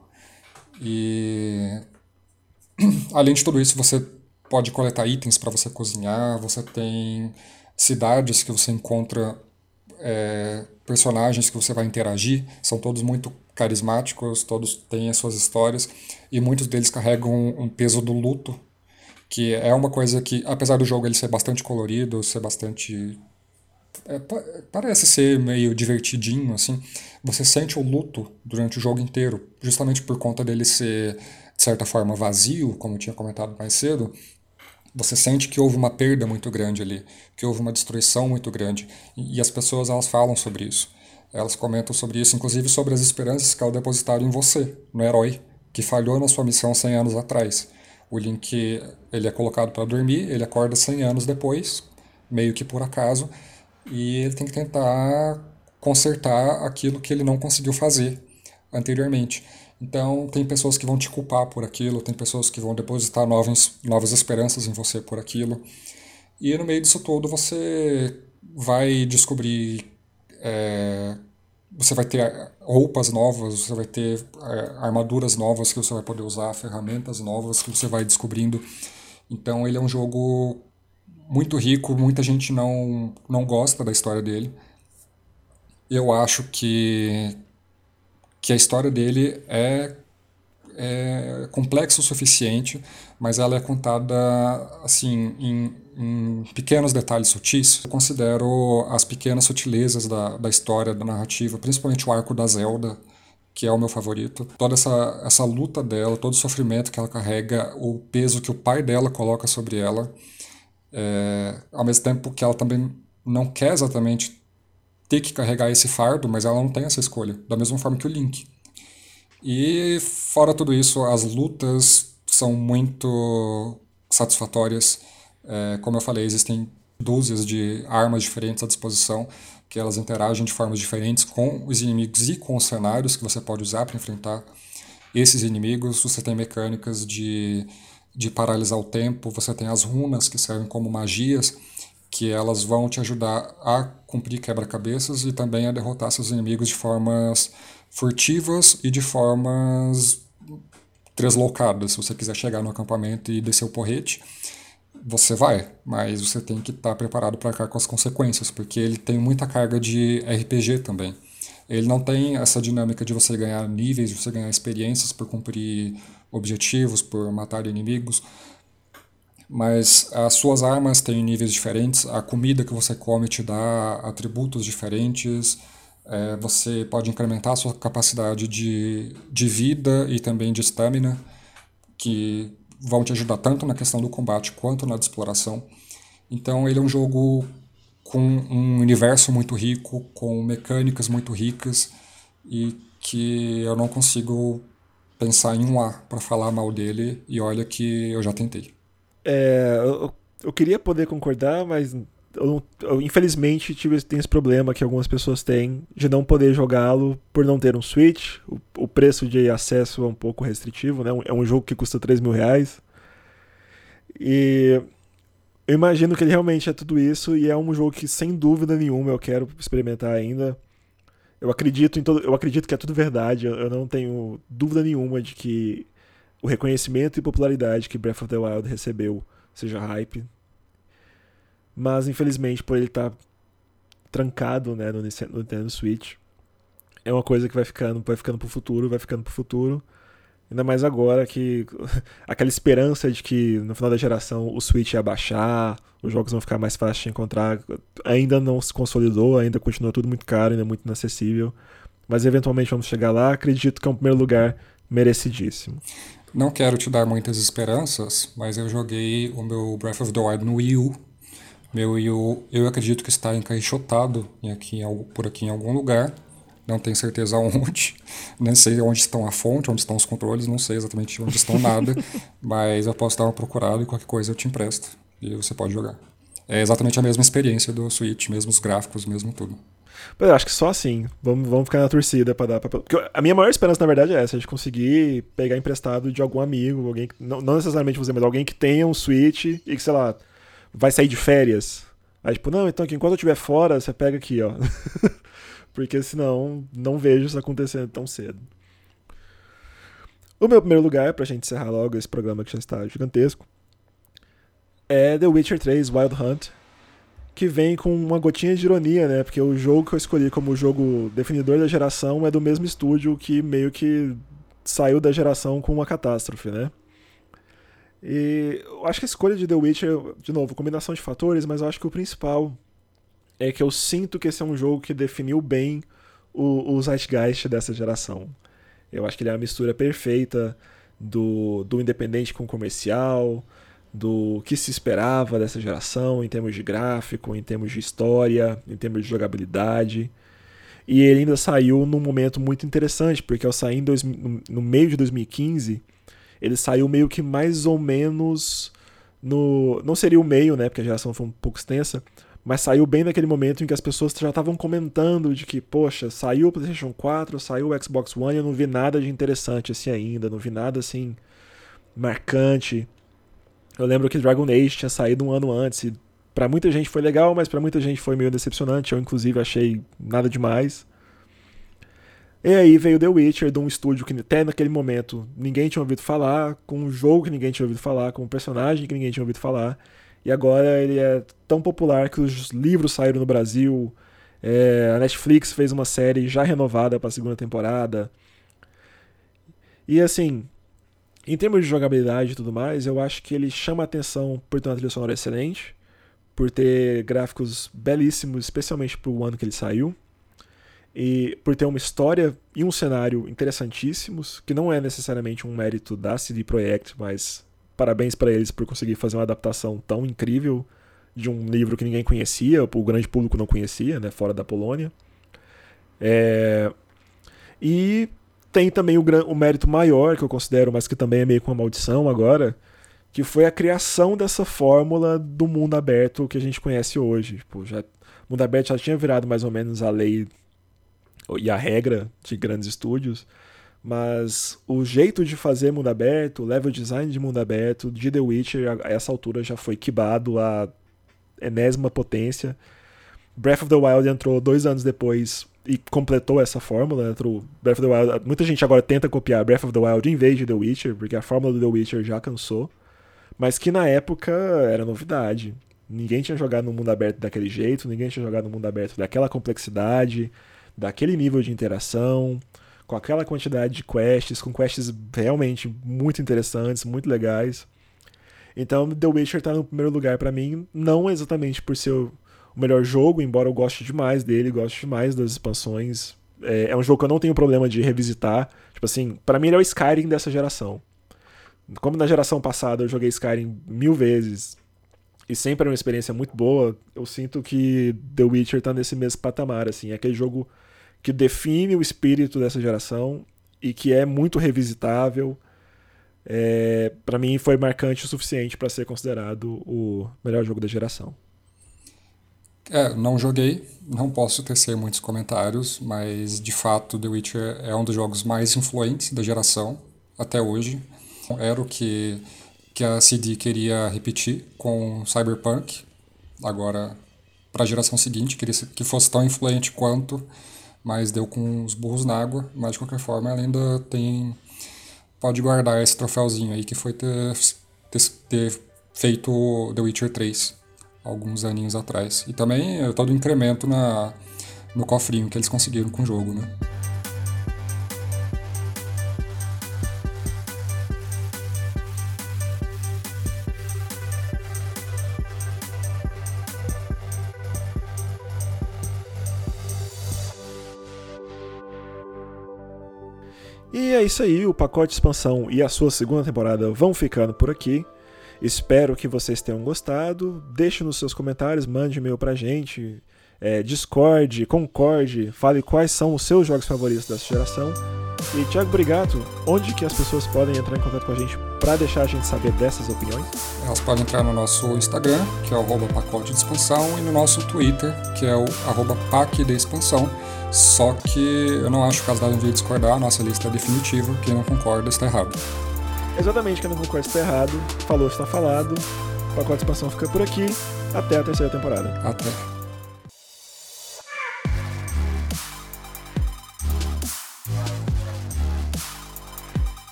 E além de tudo isso, você pode coletar itens para você cozinhar, você tem cidades que você encontra personagens que você vai interagir, são todos muito carismáticos, todos têm as suas histórias, e muitos deles carregam um peso do luto, que é uma coisa que, apesar do jogo ele ser bastante colorido, ser bastante parece ser meio divertidinho, assim. Você sente o luto durante o jogo inteiro, justamente por conta dele ser, de certa forma, vazio, como eu tinha comentado mais cedo. Você sente que houve uma perda muito grande ali, que houve uma destruição muito grande. E as pessoas, elas falam sobre isso. Elas comentam sobre isso, inclusive sobre as esperanças que elas depositaram em você, no herói, que falhou na sua missão 100 anos atrás. O Link, ele é colocado para dormir, ele acorda 100 anos depois, meio que por acaso, e ele tem que tentar consertar aquilo que ele não conseguiu fazer anteriormente. Então, tem pessoas que vão te culpar por aquilo, tem pessoas que vão depositar novas esperanças em você por aquilo. E no meio disso tudo, você vai descobrir. Você vai ter roupas novas, você vai ter armaduras novas que você vai poder usar, ferramentas novas que você vai descobrindo. Então, ele é um jogo muito rico, muita gente não gosta da história dele. Eu acho que a história dele é complexa o suficiente, mas ela é contada assim em pequenos detalhes sutis. Eu considero as pequenas sutilezas da história, da narrativa, principalmente o arco da Zelda, que é o meu favorito. Toda essa luta dela, todo o sofrimento que ela carrega, o peso que o pai dela coloca sobre ela, ao mesmo tempo que ela também não quer exatamente ter que carregar esse fardo, mas ela não tem essa escolha, da mesma forma que o Link. E fora tudo isso, as lutas são muito satisfatórias. Como eu falei, existem dúzias de armas diferentes à disposição, que elas interagem de formas diferentes com os inimigos e com os cenários que você pode usar para enfrentar esses inimigos. Você tem mecânicas de paralisar o tempo, você tem as runas que servem como magias, que elas vão te ajudar a cumprir quebra-cabeças e também a derrotar seus inimigos de formas furtivas e de formas tresloucadas. Se você quiser chegar no acampamento e descer o porrete, você vai, mas você tem que estar preparado para arcar com as consequências, porque ele tem muita carga de RPG também. Ele não tem essa dinâmica de você ganhar níveis, de você ganhar experiências por cumprir objetivos, por matar inimigos, mas as suas armas têm níveis diferentes, a comida que você come te dá atributos diferentes, você pode incrementar a sua capacidade de vida e também de stamina, que vão te ajudar tanto na questão do combate quanto na de exploração. Então ele é um jogo com um universo muito rico, com mecânicas muito ricas e que eu não consigo pensar em um A para falar mal dele, e olha que eu já tentei. Eu queria poder concordar, mas eu, infelizmente tenho esse problema que algumas pessoas têm de não poder jogá-lo por não ter um Switch. O preço de acesso é um pouco restritivo, né? É um jogo que custa R$ 3.000. E eu imagino que ele realmente é tudo isso e é um jogo que sem dúvida nenhuma eu quero experimentar ainda. Eu acredito que é tudo verdade. Eu não tenho dúvida nenhuma de que o reconhecimento e popularidade que Breath of the Wild recebeu seja hype. Mas, infelizmente, por ele estar trancado, né, no Nintendo Switch, é uma coisa que vai ficando pro futuro. Ainda mais agora que aquela esperança de que no final da geração o Switch ia baixar, os jogos vão ficar mais fáceis de encontrar, ainda não se consolidou, ainda continua tudo muito caro, ainda muito inacessível. Mas eventualmente vamos chegar lá, acredito que é um primeiro lugar merecidíssimo. Não quero te dar muitas esperanças, mas eu joguei o meu Breath of the Wild no Wii U. Meu Wii U, eu acredito que está encaixotado por aqui em algum lugar. Não tenho certeza onde. Nem sei onde estão a fonte, onde estão os controles, não sei exatamente onde estão nada. Mas eu posso dar uma procurada e qualquer coisa eu te empresto. E você pode jogar. É exatamente a mesma experiência do Switch, mesmos gráficos, mesmo tudo. Eu acho que só assim. Vamos ficar na torcida pra dar. Porque a minha maior esperança, na verdade, é essa: de conseguir pegar emprestado de algum amigo, alguém que. Não necessariamente você, mas alguém que tenha um Switch e que, sei lá, vai sair de férias. Aí, tipo, não, então aqui, enquanto eu estiver fora, você pega aqui, ó. Porque senão, não vejo isso acontecendo tão cedo. O meu primeiro lugar, pra gente encerrar logo esse programa que já está gigantesco, é The Witcher 3 Wild Hunt, que vem com uma gotinha de ironia, né? Porque o jogo que eu escolhi como jogo definidor da geração é do mesmo estúdio que meio que saiu da geração com uma catástrofe, né? E eu acho que a escolha de The Witcher, de novo, combinação de fatores, mas eu acho que o principal é que eu sinto que esse é um jogo que definiu bem o zeitgeist dessa geração. Eu acho que ele é a mistura perfeita do independente com o comercial, do que se esperava dessa geração em termos de gráfico, em termos de história, em termos de jogabilidade. E ele ainda saiu num momento muito interessante, porque ao sair no meio de 2015, ele saiu meio que mais ou menos no... Não seria o meio, né, porque a geração foi um pouco extensa, mas saiu bem naquele momento em que as pessoas já estavam comentando de que, poxa, saiu o PlayStation 4, saiu o Xbox One e eu não vi nada de interessante assim ainda, não vi nada assim marcante. Eu lembro que Dragon Age tinha saído um ano antes e pra muita gente foi legal, mas pra muita gente foi meio decepcionante. Eu, inclusive, achei nada demais. E aí veio The Witcher, de um estúdio que até naquele momento ninguém tinha ouvido falar, com um jogo que ninguém tinha ouvido falar, com um personagem que ninguém tinha ouvido falar. E agora ele é tão popular que os livros saíram no Brasil. A Netflix fez uma série já renovada para a segunda temporada. E assim, em termos de jogabilidade e tudo mais, eu acho que ele chama a atenção por ter uma trilha sonora excelente, por ter gráficos belíssimos, especialmente pro ano que ele saiu, e por ter uma história e um cenário interessantíssimos, que não é necessariamente um mérito da CD Projekt, mas parabéns para eles por conseguir fazer uma adaptação tão incrível de um livro que ninguém conhecia, o grande público não conhecia, né, fora da Polônia. E tem também o mérito maior, que eu considero, mas que também é meio com uma maldição agora, que foi a criação dessa fórmula do mundo aberto que a gente conhece hoje. Tipo, o mundo aberto já tinha virado mais ou menos a lei e a regra de grandes estúdios, mas o jeito de fazer mundo aberto, o level design de mundo aberto de The Witcher, a essa altura já foi quibado a enésima potência. Breath of the Wild entrou 2 anos depois e completou essa fórmula. Breath of the Wild, muita gente agora tenta copiar Breath of the Wild em vez de The Witcher, porque a fórmula do The Witcher já cansou, mas que na época era novidade. Ninguém tinha jogado no mundo aberto daquele jeito, ninguém tinha jogado no mundo aberto daquela complexidade, daquele nível de interação, com aquela quantidade de quests, com quests realmente muito interessantes, muito legais. Então The Witcher tá no primeiro lugar pra mim, não exatamente por ser o melhor jogo, embora eu goste demais dele, goste demais das expansões. É um jogo que eu não tenho problema de revisitar. Tipo assim, pra mim ele é o Skyrim dessa geração. Como na geração passada eu joguei Skyrim 1000 vezes e sempre era uma experiência muito boa, eu sinto que The Witcher tá nesse mesmo patamar, assim. É aquele jogo que define o espírito dessa geração e que é muito revisitável. Pra mim foi marcante o suficiente pra ser considerado o melhor jogo da geração. Não joguei, não posso tecer muitos comentários, mas de fato The Witcher é um dos jogos mais influentes da geração até hoje. Era o que a CD queria repetir com Cyberpunk, agora para a geração seguinte, queria que fosse tão influente quanto, mas deu com os burros na água. Mas de qualquer forma ela ainda tem pode guardar esse troféuzinho aí que foi ter feito The Witcher 3 alguns aninhos atrás. E também todo o incremento no cofrinho que eles conseguiram com o jogo, né? E é isso aí, o pacote de expansão e a sua segunda temporada vão ficando por aqui. Espero que vocês tenham gostado. Deixe nos seus comentários, mande e-mail pra gente. Discorde, concorde, fale quais são os seus jogos favoritos dessa geração. E Thiago Brigato, onde que as pessoas podem entrar em contato com a gente para deixar a gente saber dessas opiniões? Elas podem entrar no nosso Instagram, que é o @pacote de expansão, e no nosso Twitter, que é o @pacdeexpansão. Só que eu não acho que elas devem discordar, a nossa lista é definitiva, quem não concorda está errado. Exatamente, quem não concorda está errado, falou está falado, o pacote de expansão fica por aqui, até a terceira temporada. Até.